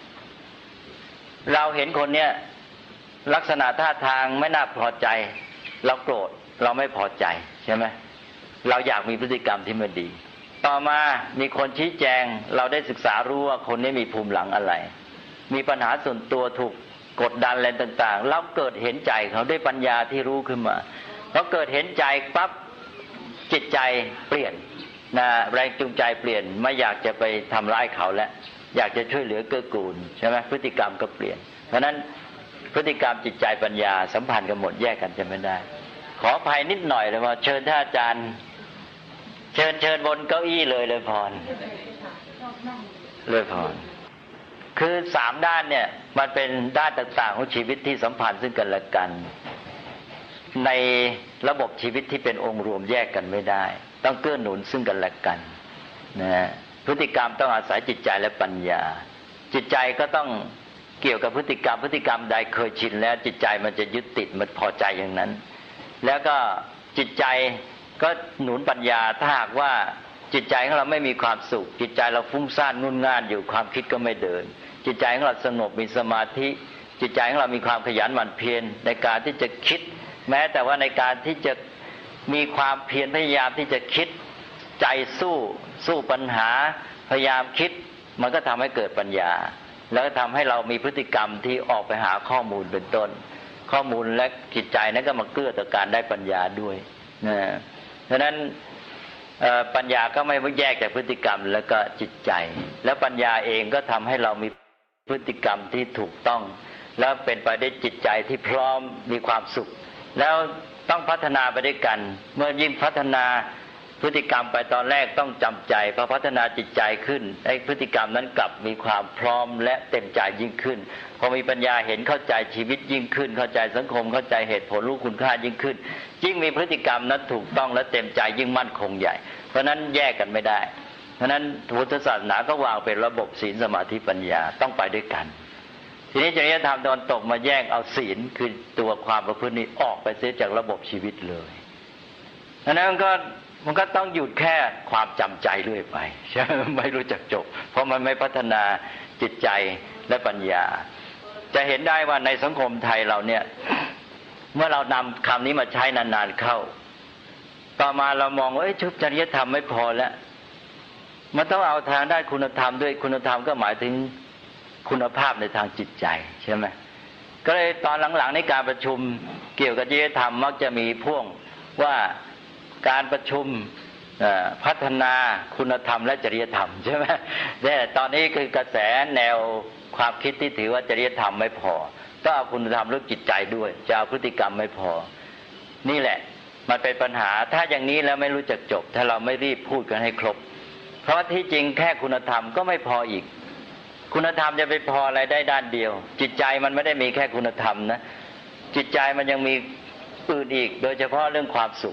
เราเห็นคนเนี้ยลักษณะท่าทางไม่น่าพอใจเราโกรธเราไม่พอใจใช่ไหมเราอยากมีพฤติกรรมที่ไม่ดีต่อมามีคนชี้แจงเราได้ศึกษารู้ว่าคนนี้มีภูมิหลังอะไรมีปัญหาส่วนตัวถูกกดดันอะไรต่างๆเราเกิดเห็นใจเขาด้วยปัญญาที่รู้ขึ้นมาเราเกิดเห็นใจปั๊บจิตใจเปลี่ยนนะแรงจูงใจเปลี่ยนไม่อยากจะไปทำร้ายเขาแล้วอยากจะช่วยเหลือเกื้อกูลใช่ไหมพฤติกรรมก็เปลี่ยนเพราะนั้นพฤติกรรมจิตใจปัญญาสัมพันธ์กันหมดแยกกันจะไม่ได้ขออภัยนิดหน่อยเลยว่าเชิญท่านอาจารย์เชิญบนเก้าอี้เลยพรเลยพรคือสามด้านเนี่ยมันเป็นด้านต่างๆของชีวิตที่สัมพันธ์ซึ่งกันและกันในระบบชีวิตที่เป็นองค์รวมแยกกันไม่ได้ต้องเกื้อหนุนซึ่งกันและกันนะพฤติกรรมต้องอาศัยจิตใจและปัญญาจิตใจก็ต้องเกี่ยวกับพฤติกรรมใดเคยชินแล้วจิตใจมันจะยึดติดมันพอใจอย่างนั้นแล้วก็จิตใจก็หนุนปัญญาถ้าหากว่าจิตใจของเราไม่มีความสุขจิตใจเราฟุ้งซ่านงุ่นง่านอยู่ความคิดก็ไม่เดินจิตใจของเราสงบมีสมาธิจิตใจของเรามีความขยันหมั่นเพียรในการที่จะคิดแม้แต่ว่าในการที่จะมีความเพียรพยายามที่จะคิดใจสู้ปัญหาพยายามคิดมันก็ทำให้เกิดปัญญาแล้วก็ทำให้เรามีพฤติกรรมที่ออกไปหาข้อมูลเป็นต้นข้อมูลและจิตใจนั้นก็มาเกื้อต่อการได้ปัญญาด้วยนะเพราะนั้นปัญญาก็ไม่แยกจากพฤติกรรมแล้วก็จิตใจแล้วปัญญาเองก็ทำให้เรามีพฤติกรรมที่ถูกต้องแล้วเป็นไปได้จิตใจที่พร้อมมีความสุขแล้วต้องพัฒนาไปด้วยกันเมื่อยิ่งพัฒนาพฤติกรรมไปตอนแรกต้องจำใจพอพัฒนาจิตใจขึ้นไอ้พฤติกรรมนั้นกลับมีความพร้อมและเต็มใจยิ่งขึ้นพอมีปัญญาเห็นเข้าใจชีวิตยิ่งขึ้นเข้าใจสังคมเข้าใจเหตุผลรู้คุณค่ายิ่งขึ้นยิ่งมีพฤติกรรมนั้นถูกต้องและเต็มใจยิ่งมั่นคงใหญ่เพราะนั้นแยกกันไม่ได้เพราะนั้นพุทธศาสนาก็วางเป็นระบบศีลสมาธิปัญญาต้องไปด้วยกันทีนี้จริยธรรมตอนตกมาแยกเอาศีลคือตัวความประพฤตินี้ออกไปเสียจากระบบชีวิตเลยเพราะนั้นมันก็ต้องหยุดแค่ความจำใจเรื่อยไปใช่ไม่รู้จักจบเพราะมันไม่พัฒนาจิตใจและปัญญาจะเห็นได้ว่าในสังคมไทยเราเนี่ยเมื่อเรานำคำนี้มาใช้นานๆเข้าต่อมาเรามองว่าชุดจริยธรรมไม่พอแล้วมันต้องเอาทางด้านคุณธรรมด้วยคุณธรรมก็หมายถึงคุณภาพในทางจิตใจใช่ไหมก็เลยตอนหลังๆในการประชุมเกี่ยวกับจริยธรรมมักจะมีพ่วงว่าการประชุมพัฒนาคุณธรรมและจริยธรรมใช่ไหมเนี่ยตอนนี้คือกระแสแนวความคิดที่ถือว่าจริยธรรมไม่พอต้องเอาคุณธรรมเรื่องจิตใจด้วยจะเอาพฤติกรรมไม่พอนี่แหละมันเป็นปัญหาถ้าอย่างนี้แล้วไม่รู้จักจบถ้าเราไม่รีบพูดกันให้ครบเพราะที่จริงแค่คุณธรรมก็ไม่พออีกคุณธรรมจะไปพออะไรได้ด้านเดียวจิตใจมันไม่ได้มีแค่คุณธรรมนะจิตใจมันยังมีอื่นอีกโดยเฉพาะเรื่องความสุข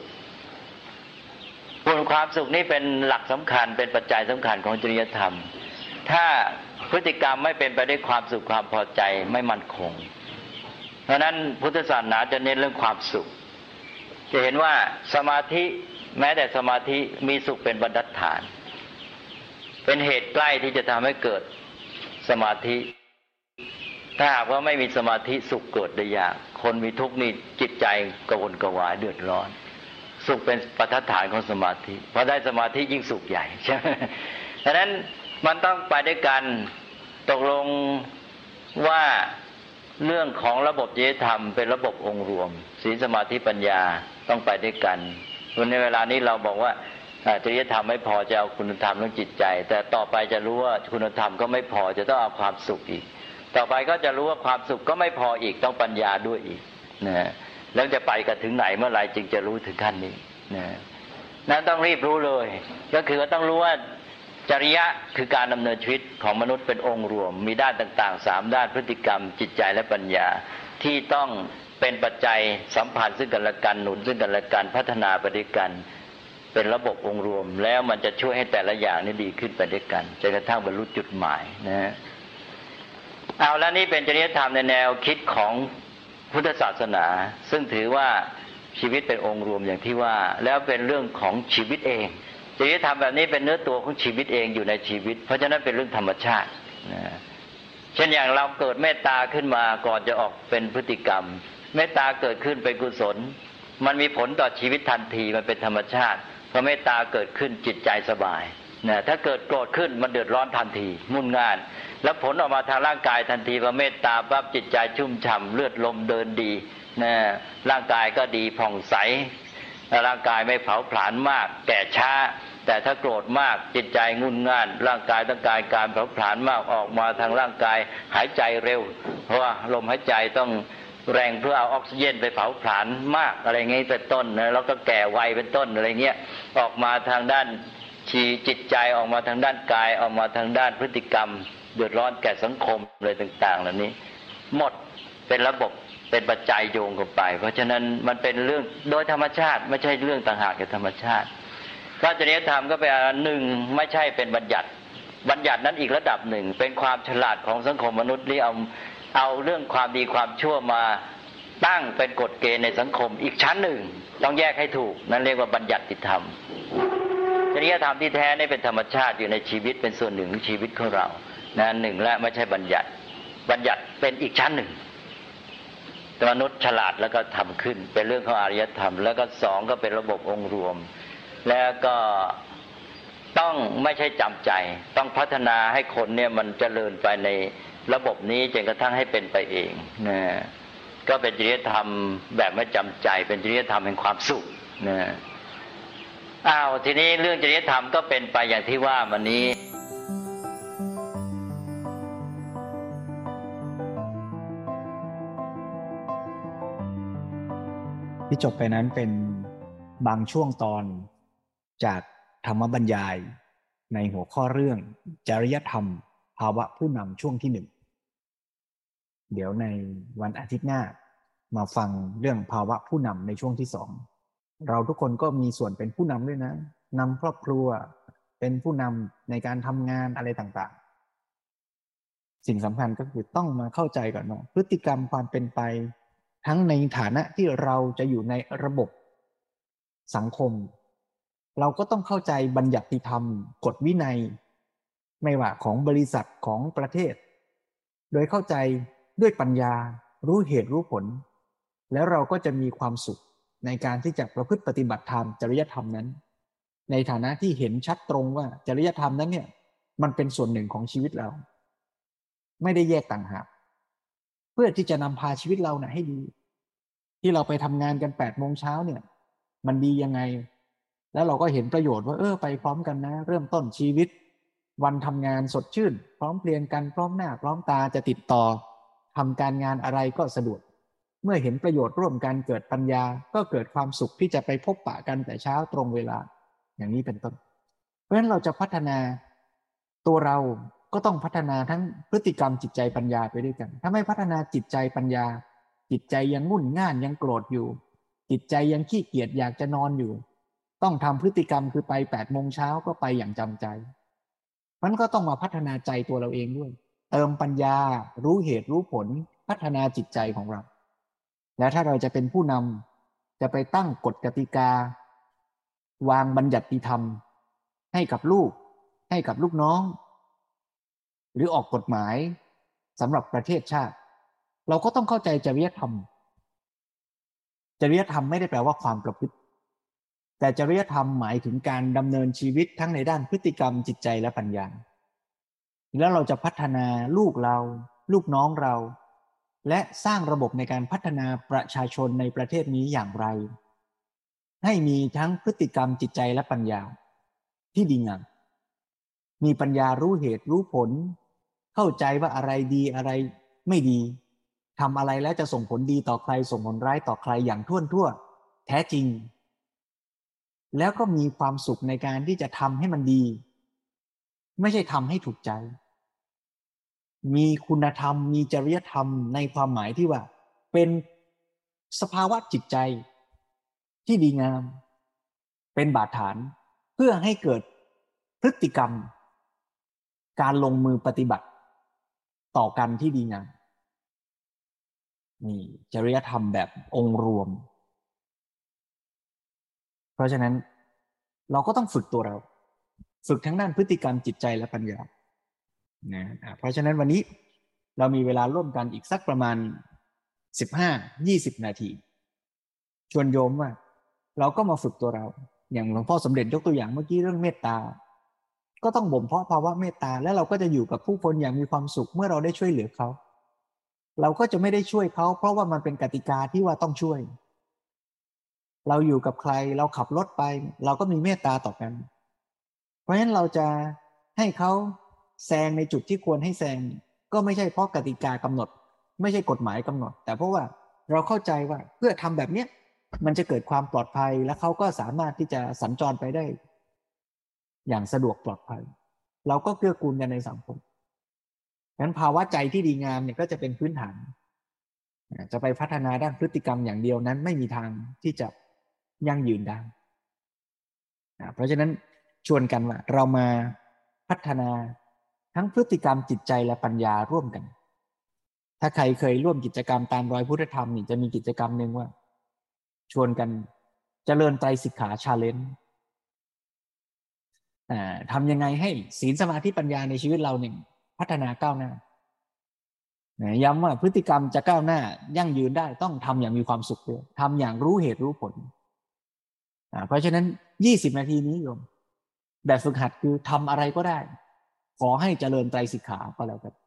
ความสุขนี่เป็นหลักสำคัญเป็นปัจจัยสำคัญของจริยธรรมถ้าพฤติกรรมไม่เป็นไปด้วยความสุขความพอใจไม่มั่นคงเพราะนั้นพุทธศาสนาจะเน้นเรื่องความสุขจะเห็นว่าสมาธิแม้แต่สมาธิมีสุขเป็นบรรทัดฐานเป็นเหตุใกล้ที่จะทำให้เกิดสมาธิถ้าหากว่าไม่มีสมาธิสุขเกิดได้ยากคนมีทุกข์นี่จิตใจกระวนกระวายเดือดร้อนสุขเป็นบรรทัดฐานของสมาธิพอได้สมาธิยิ่งสุขใหญ่ใช่ไหมดังนั้นมันต้องไปด้วยกันตกลงว่าเรื่องของระบบจริยธรรมเป็นระบบองค์รวมศีลสมาธิปัญญาต้องไปด้วยกันในเวลานี้เราบอกว่าจริยธรรมไม่พอจะเอาคุณธรรมเรื่องจิตใจแต่ต่อไปจะรู้ว่าคุณธรรมก็ไม่พอจะต้องเอาความสุขอีกต่อไปก็จะรู้ว่าความสุขก็ไม่พออีกต้องปัญญาด้วยอีกนะแล้วจะไปกันถึงไหนเมื่อไหร่จึงจะรู้ถึงขั้นนี้นั้นต้องรีบรู้เลยก็คือว่าต้องรู้ว่าจริยะคือการดำเนินชีวิตของมนุษย์เป็นองค์รวมมีด้านต่างๆ3ด้านพฤติกรรมจิตใจและปัญญาที่ต้องเป็นปัจจัยสัมพันธ์ซึ่งกันและกันหนุนซึ่งกันและกันพัฒนาไปด้วยกันเป็นระบบองค์รวมแล้วมันจะช่วยให้แต่ละอย่างนี่ดีขึ้นไปด้วยกันจนกระทั่งบรรลุจุดหมายนะฮะเอาแล้วนี่เป็นจริยธรรมในแนวคิดของพุทธศาสนาซึ่งถือว่าชีวิตเป็นองค์รวมอย่างที่ว่าแล้วเป็นเรื่องของชีวิตเองจริยธรรมแบบนี้เป็นเนื้อตัวของชีวิตเองอยู่ในชีวิตเพราะฉะนั้นเป็นเรื่องธรรมชาตินะเช่นอย่างเราเกิดเมตตาขึ้นมาก่อนจะออกเป็นพฤติกรรมเมตตาเกิดขึ้นเป็นกุศลมันมีผลต่อชีวิตทันทีมันเป็นธรรมชาติพอเมตตาเกิดขึ้นจิตใจสบายนะถ้าเกิดโกรธขึ้นมันเดือดร้อนทันทีงุ่นง่านแล้วผลออกมาทางร่างกายทันทีพอเมตตาปั๊บจิตใจชุ่มฉ่ำเลือดลมเดินดีนะร่างกายก็ดีผ่องใสร่างกายไม่เผาผลาญมากแก่ช้าแต่ถ้าโกรธมากจิตใจงุ่นง่านร่างกายต้องการการเผาผลาญมากออกมาทางร่างกายหายใจเร็วเพราะว่าลมหายใจต้องแรงเพื่อเอาออกซิเจนไปเผาผลาญมากอะไรเงี้ยเป็นต้นนะแล้วก็แก่ไวเป็นต้นอะไรเงี้ยออกมาทางด้านจิตใจออกมาทางด้านกายออกมาทางด้านพฤติกรรมเดือดร้อนแก่สังคมอะไรต่างๆเหล่านี้หมดเป็นระบบเป็นปัจจัยโยงกันไปเพราะฉะนั้นมันเป็นเรื่องโดยธรรมชาติไม่ใช่เรื่องต่างหากจากธรรมชาติก็จริยธรรมก็เป็นหนึ่งไม่ใช่เป็นบัญญัตินั้นอีกระดับหนึ่งเป็นความฉลาดของสังคมมนุษย์ที่เอาเรื่องความดีความชั่วมาตั้งเป็นกฎเกณฑ์ในสังคมอีกชั้นหนึ่งต้องแยกให้ถูกนั่นเรียกว่าบัญญัติธรรมจริยธรรมที่แท้นี่เป็นธรรมชาติอยู่ในชีวิตเป็นส่วนหนึ่งของชีวิตของเรานะหนึ่งและไม่ใช่บัญญัติเป็นอีกชั้นหนึ่งมนุษย์ฉลาดแล้วก็ทำขึ้นเป็นเรื่องของอารยธรรมแล้วก็สองก็เป็นระบบองค์รวมแล้วก็ต้องไม่ใช่จำใจต้องพัฒนาให้คนเนี่ยมันเจริญไปในระบบนี้จนกระทั่งให้เป็นไปเองนะก็เป็นจริยธรรมแบบไม่จำใจเป็นจริยธรรมแห่งความสุขนะทีนี้เรื่องจริยธรรมก็เป็นไปอย่างที่ว่าวันนี้ที่จบไปนั้นเป็นบางช่วงตอนจากธรรมบรรยายในหัวข้อเรื่องจริยธรรมภาวะผู้นำช่วงที่หนึ่งเดี๋ยวในวันอาทิตย์หน้ามาฟังเรื่องภาวะผู้นำในช่วงที่สองเราทุกคนก็มีส่วนเป็นผู้นำด้วยนะนำครอบครัวเป็นผู้นำในการทำงานอะไรต่างๆสิ่งสำคัญก็คือต้องมาเข้าใจก่อนว่าพฤติกรรมความเป็นไปทั้งในฐานะที่เราจะอยู่ในระบบสังคมเราก็ต้องเข้าใจบัญญัติธรรมกฎวินัยไม่ว่าของบริษัทของประเทศโดยเข้าใจด้วยปัญญารู้เหตุรู้ผลแล้วเราก็จะมีความสุขในการที่จะประพฤติปฏิบัติธรรมจริยธรรมนั้นในฐานะที่เห็นชัดตรงว่าจริยธรรมนั้นเนี่ยมันเป็นส่วนหนึ่งของชีวิตเราไม่ได้แยกต่างหากเพื่อที่จะนำพาชีวิตเราให้ดีที่เราไปทำงานกัน8 โมงเช้าเนี่ยมันดียังไงแล้วเราก็เห็นประโยชน์ว่าไปพร้อมกันนะเริ่มต้นชีวิตวันทำงานสดชื่นพร้อมเพรียงกันพร้อมหน้าพร้อมตาจะติดต่อทำการงานอะไรก็สะดวกเมื่อเห็นประโยชน์ร่วมกันเกิดปัญญาก็เกิดความสุขที่จะไปพบปะกันแต่เช้าตรงเวลาอย่างนี้เป็นต้นเพราะฉะนั้นเราจะพัฒนาตัวเราก็ต้องพัฒนาทั้งพฤติกรรมจิตใจปัญญาไปด้วยกันถ้าไม่พัฒนาจิตใจปัญญาจิตใจยังงุ่นง่านยังโกรธอยู่จิตใจยังขี้เกียจอยากจะนอนอยู่ต้องทำพฤติกรรมคือไป8 โมงเช้าก็ไปอย่างจำใจมันก็ต้องมาพัฒนาใจตัวเราเองด้วยเติมปัญญารู้เหตุรู้ผลพัฒนาจิตใจของเราแล้วถ้าเราจะเป็นผู้นำจะไปตั้งกฎกติกาวางบัญญัติธรรมให้กับลูกให้กับลูกน้องหรือออกกฎหมายสำหรับประเทศชาติเราก็ต้องเข้าใจจริยธรรมไม่ได้แปลว่าความประพฤติแต่จริยธรรมหมายถึงการดำเนินชีวิตทั้งในด้านพฤติกรรมจิตใจและปัญญาแล้วเราจะพัฒนาลูกเราลูกน้องเราและสร้างระบบในการพัฒนาประชาชนในประเทศนี้อย่างไรให้มีทั้งพฤติกรรมจิตใจและปัญญาที่ดีงามมีปัญญารู้เหตุรู้ผลเข้าใจว่าอะไรดีอะไรไม่ดีทำอะไรแล้วจะส่งผลดีต่อใครส่งผลร้ายต่อใครอย่างทั่วแท้จริงแล้วก็มีความสุขในการที่จะทำให้มันดีไม่ใช่ทำให้ถูกใจมีคุณธรรมมีจริยธรรมในความหมายที่ว่าเป็นสภาวะจิตใจที่ดีงามเป็นบาดฐานเพื่อให้เกิดพฤติกรรมการลงมือปฏิบัติต่อกันที่ดีงามนี่จริยธรรมแบบองค์รวมเพราะฉะนั้นเราก็ต้องฝึกตัวเราฝึกทั้งด้านพฤติกรรมจิตใจและปัญญานะเพราะฉะนั้นวันนี้เรามีเวลาร่วมกันอีกสักประมาณ15-20 นาทีชวนโยมว่าเราก็มาฝึกตัวเราอย่างหลวงพ่อสมเด็จยกตัวอย่างเมื่อกี้เรื่องเมตตาก็ต้องบ่มเพาะภาวะเมตตาแล้วเราก็จะอยู่กับผู้คนอย่างมีความสุขเมื่อเราได้ช่วยเหลือเขาเราก็จะไม่ได้ช่วยเขาเพราะว่ามันเป็นกติกาที่ว่าต้องช่วยเราอยู่กับใครเราขับรถไปเราก็มีเมตตาต่อกันเพราะฉะนั้นเราจะให้เขาแซงในจุดที่ควรให้แซงก็ไม่ใช่เพราะกติกากำหนดไม่ใช่กฎหมายกำหนดแต่เพราะว่าเราเข้าใจว่าเพื่อทำแบบเนี้ยมันจะเกิดความปลอดภัยและเขาก็สามารถที่จะสัญจรไปได้อย่างสะดวกปลอดภัยเราก็เกื้อกูลกันในสังคมงั้นภาวะใจที่ดีงามเนี่ยก็จะเป็นพื้นฐานจะไปพัฒนาด้านพฤติกรรมอย่างเดียวนั้นไม่มีทางที่จะยั่งยืนได้เพราะฉะนั้นชวนกันว่าเรามาพัฒนาทั้งพฤติกรรมจิตใจและปัญญาร่วมกันถ้าใครเคยร่วมกิจกรรมตามรอยพุทธธรรมนี่จะมีกิจกรรมหนึ่งว่าชวนกันเจริญไตรสิกขาชาเลนจ์ทำยังไงให้ศีลสมาธิปัญญาในชีวิตเราเนี่ยพัฒนาก้าวหน้าย้ำว่าพฤติกรรมจะก้าวหน้ายั่งยืนได้ต้องทำอย่างมีความสุขด้วยทำอย่างรู้เหตุรู้ผลเพราะฉะนั้น20 นาทีนี้โยมแบบฝึกหัดคือทำอะไรก็ได้ขอให้เจริญไตรสิกขาก็แล้วกัน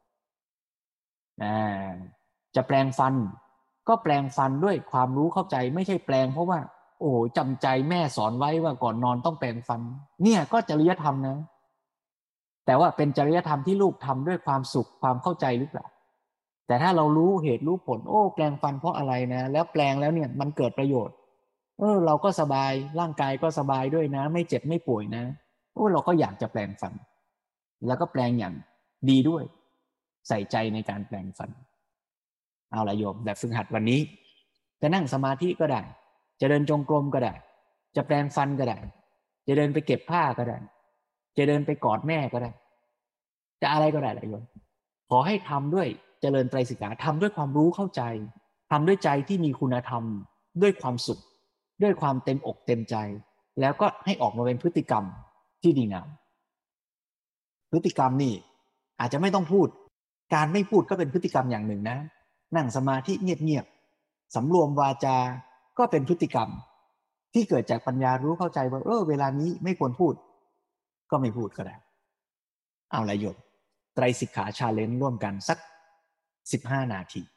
จะแปลงฟันก็แปลงฟันด้วยความรู้เข้าใจไม่ใช่แปลงเพราะว่าโอ้จำใจแม่สอนไว้ว่าก่อนนอนต้องแปลงฟันเนี่ยก็จริยธรรมนะแต่ว่าเป็นจริยธรรมที่ลูกทำด้วยความสุขความเข้าใจหรือเปล่าแต่ถ้าเรารู้เหตุรู้ผลโอ้แปลงฟันเพราะอะไรนะแล้วแปลงแล้วเนี่ยมันเกิดประโยชน์เราก็สบายร่างกายก็สบายด้วยนะไม่เจ็บไม่ป่วยนะเราก็อยากจะแปลงฟันแล้วก็แปลงอย่างดีด้วยใส่ใจในการแปลงฟันเอาละโยมแบบฝึกหัดวันนี้จะนั่งสมาธิก็ได้จะเดินจงกรมก็ได้จะแปลงฟันก็ได้จะเดินไปเก็บผ้าก็ได้จะเดินไปกอดแม่ก็ได้จะอะไรก็ได้ละโยมขอให้ทำด้วยเจริญไตรสิกขาทำด้วยความรู้เข้าใจทำด้วยใจที่มีคุณธรรมด้วยความสุขด้วยความเต็มอกเต็มใจแล้วก็ให้ออกมาเป็นพฤติกรรมที่ดีงามพฤติกรรมนี่อาจจะไม่ต้องพูดการไม่พูดก็เป็นพฤติกรรมอย่างหนึ่งนะนั่งสมาธิเงียบๆสำรวมวาจาก็เป็นพฤติกรรมที่เกิดจากปัญญารู้เข้าใจว่าเวลานี้ไม่ควรพูดก็ไม่พูดก็ได้เอาละโยมไตรสิกขาชาเลนจ์ร่วมกันสัก15 นาที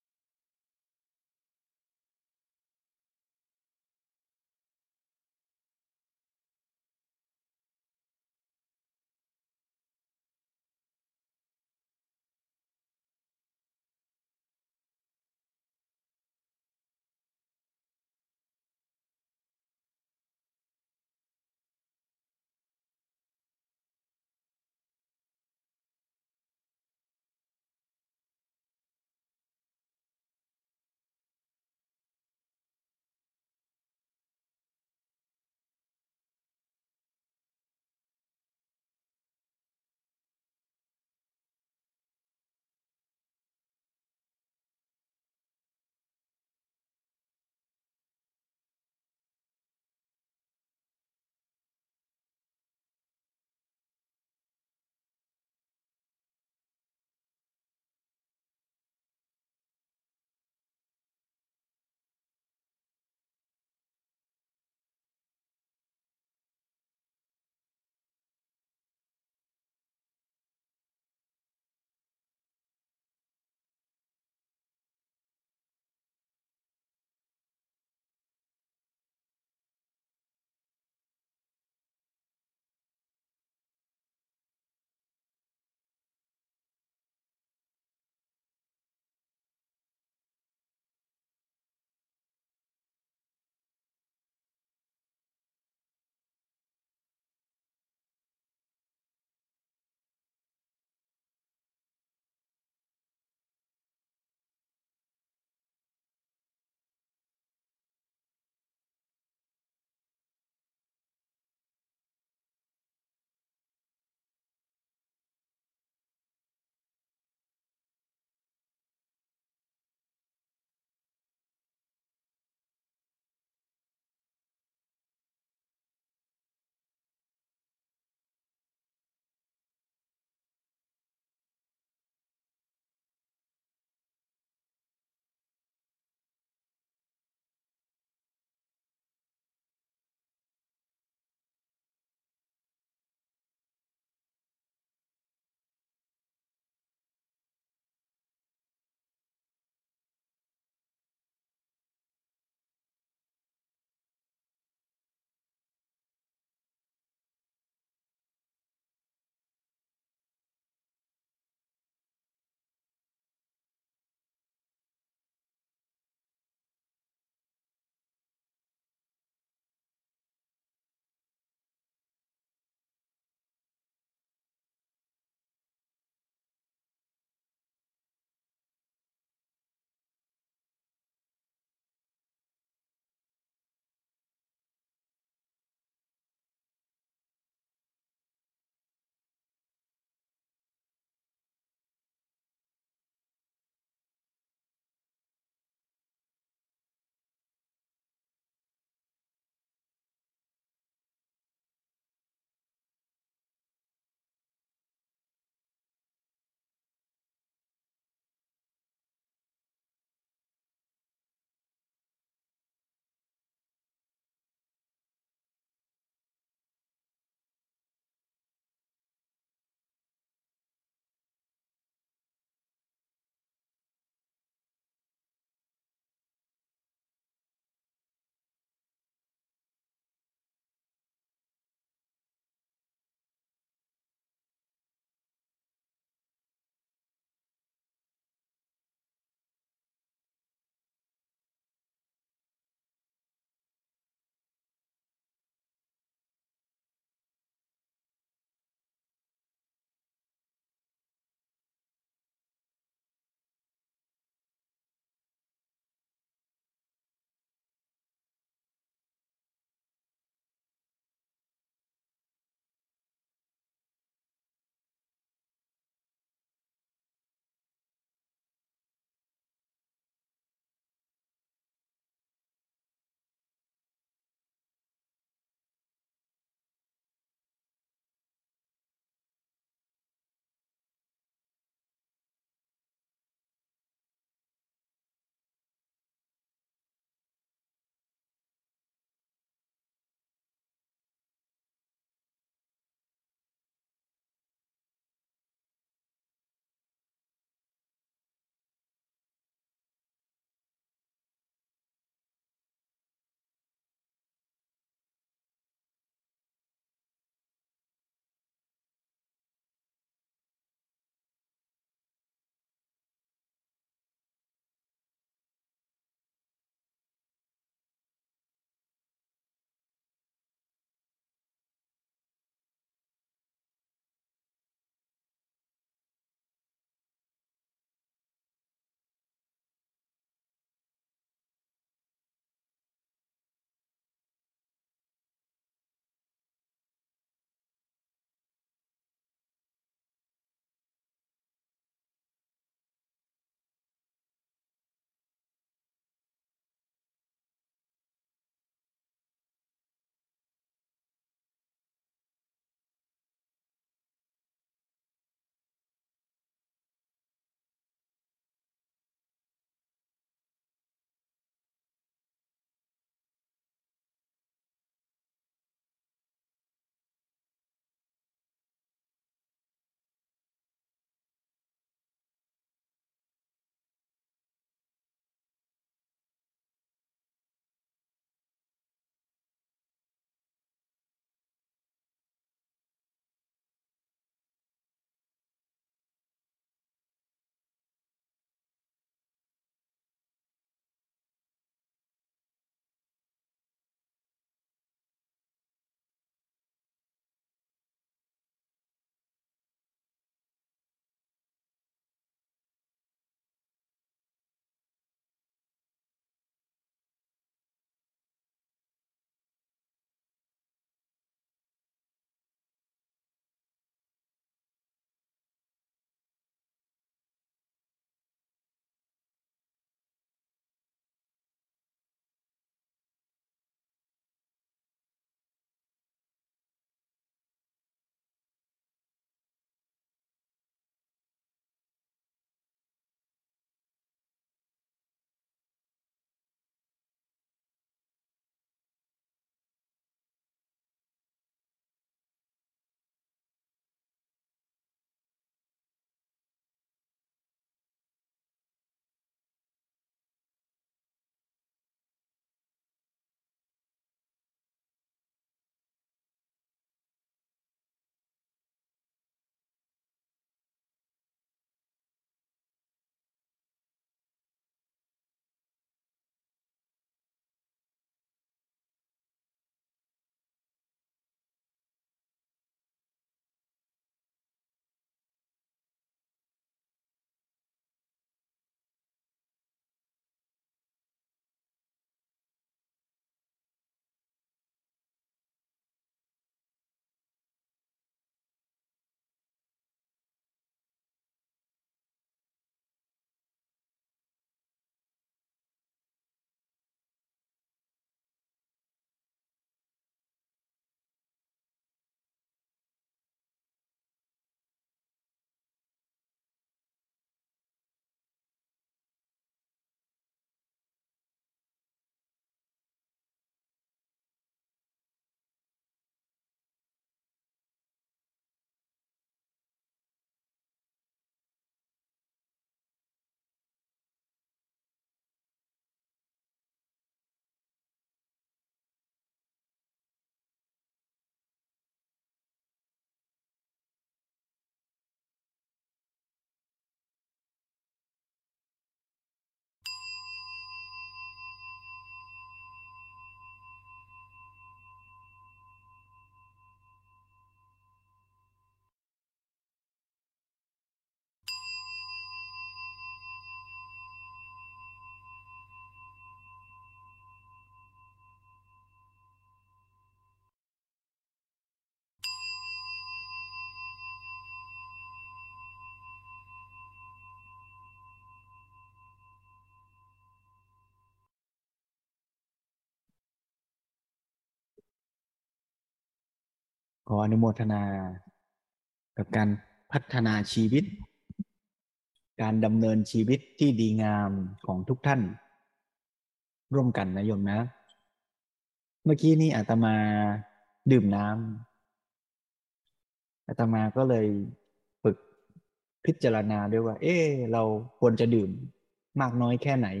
ขออนุโมทนากับการพัฒนาชีวิตการดำเนินชีวิตที่ดีงามของทุกท่านร่วมกันนะโยมนะเมื่อกี้นี้อาตมาดื่มน้ำอาตมาก็เลยฝึกพิจารณาด้วยว่าเราควรจะดื่มมากน้อยแค่ไหน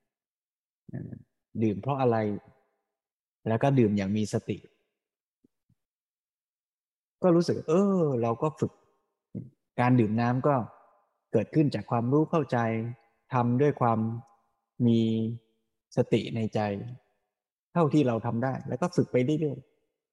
ดื่มเพราะอะไรแล้วก็ดื่มอย่างมีสติก็รู้สึกเราก็ฝึกการดื่มน้ำก็เกิดขึ้นจากความรู้เข้าใจทำด้วยความมีสติในใจเท่าที่เราทำได้แล้วก็ฝึกไปเรื่อย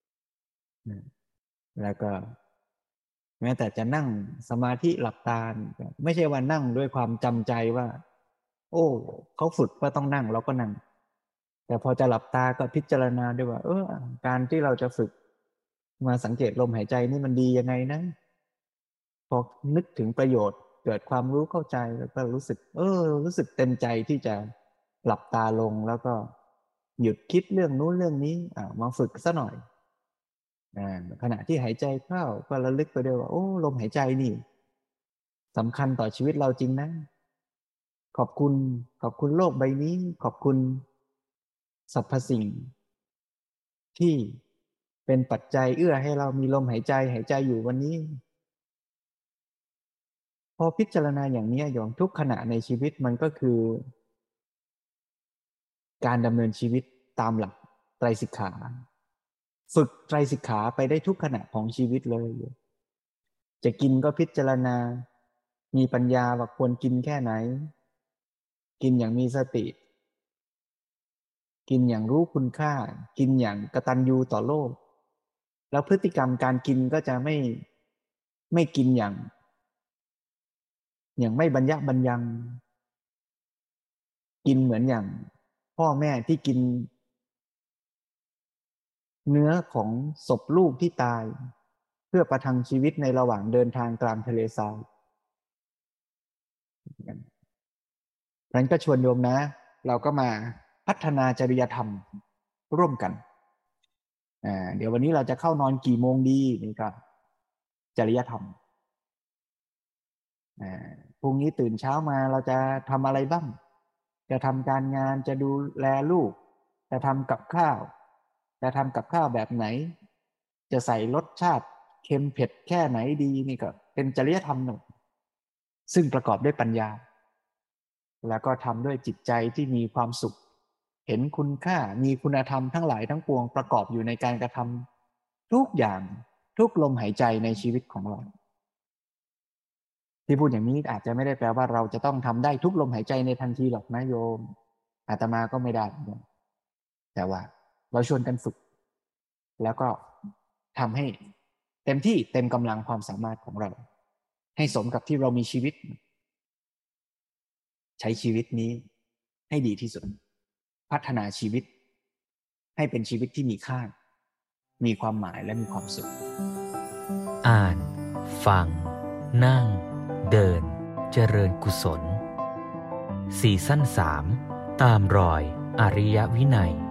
ๆแล้วก็แม้แต่จะนั่งสมาธิหลับตาไม่ใช่ว่านั่งด้วยความจำใจว่าเขาฝึกว่าต้องนั่งเราก็นั่งแต่พอจะหลับตาก็พิจารณาด้วยว่าการที่เราจะฝึกมาสังเกตลมหายใจนี่มันดียังไงนะพอนึกถึงประโยชน์เกิดความรู้เข้าใจแล้วก็รู้สึกรู้สึกเต็มใจที่จะหลับตาลงแล้วก็หยุดคิดเรื่องนู้นเรื่องนี้มาฝึกซะหน่อยขณะที่หายใจเข้าก็ระลึกไปด้วยว่าลมหายใจนี่สำคัญต่อชีวิตเราจริงนะขอบคุณโลกใบนี้ขอบคุณสรรพสิ่งที่เป็นปัจจัยเอื้อให้เรามีลมหายใจอยู่วันนี้พอพิจารณาอย่างนี้โยมทุกขณะในชีวิตมันก็คือการดำเนินชีวิตตามหลักไตรสิกขาฝึกไตรสิกขาไปได้ทุกขณะของชีวิตเลยจะกินก็พิจารณามีปัญญาว่าควรกินแค่ไหนกินอย่างมีสติกินอย่างรู้คุณค่ากินอย่างกตัญญูต่อโลกแล้วพฤติกรรมการกินก็จะไม่กินอย่างไม่บรรยะบรรยังกินเหมือนอย่างพ่อแม่ที่กินเนื้อของศพลูกที่ตายเพื่อประทังชีวิตในระหว่างเดินทางกลางทะเลทรายนั้นก็ชวนโยมนะเราก็มาพัฒนาจริยธรรมร่วมกันเดี๋ยววันนี้เราจะเข้านอนกี่โมงดีนี่ก็จริยธรรมพรุ่งนี้ตื่นเช้ามาเราจะทำอะไรบ้างจะทำการงานจะดูแลลูกจะทำกับข้าวแบบไหนจะใส่รสชาติเค็มเผ็ดแค่ไหนดีนี่ก็เป็นจริยธรรมหนึ่งซึ่งประกอบด้วยปัญญาแล้วก็ทำด้วยจิตใจที่มีความสุขเห็นคุณค่ามีคุณธรรมทั้งหลายทั้งปวงประกอบอยู่ในการกระทำทุกอย่างทุกลมหายใจในชีวิตของเราที่พูดอย่างนี้อาจจะไม่ได้แปลว่าเราจะต้องทำได้ทุกลมหายใจในทันทีหรอกนะโยมอาตมาก็ไม่ได้แต่ว่าเราชวนกันฝึกแล้วก็ทำให้เต็มที่เต็มกำลังความสามารถของเราให้สมกับที่เรามีชีวิตใช้ชีวิตนี้ให้ดีที่สุดพัฒนาชีวิตให้เป็นชีวิตที่มีค่ามีความหมายและมีความสุขอ่านฟังนั่งเดินเจริญกุศลซีซั่น 3ตามรอยอริยวินัย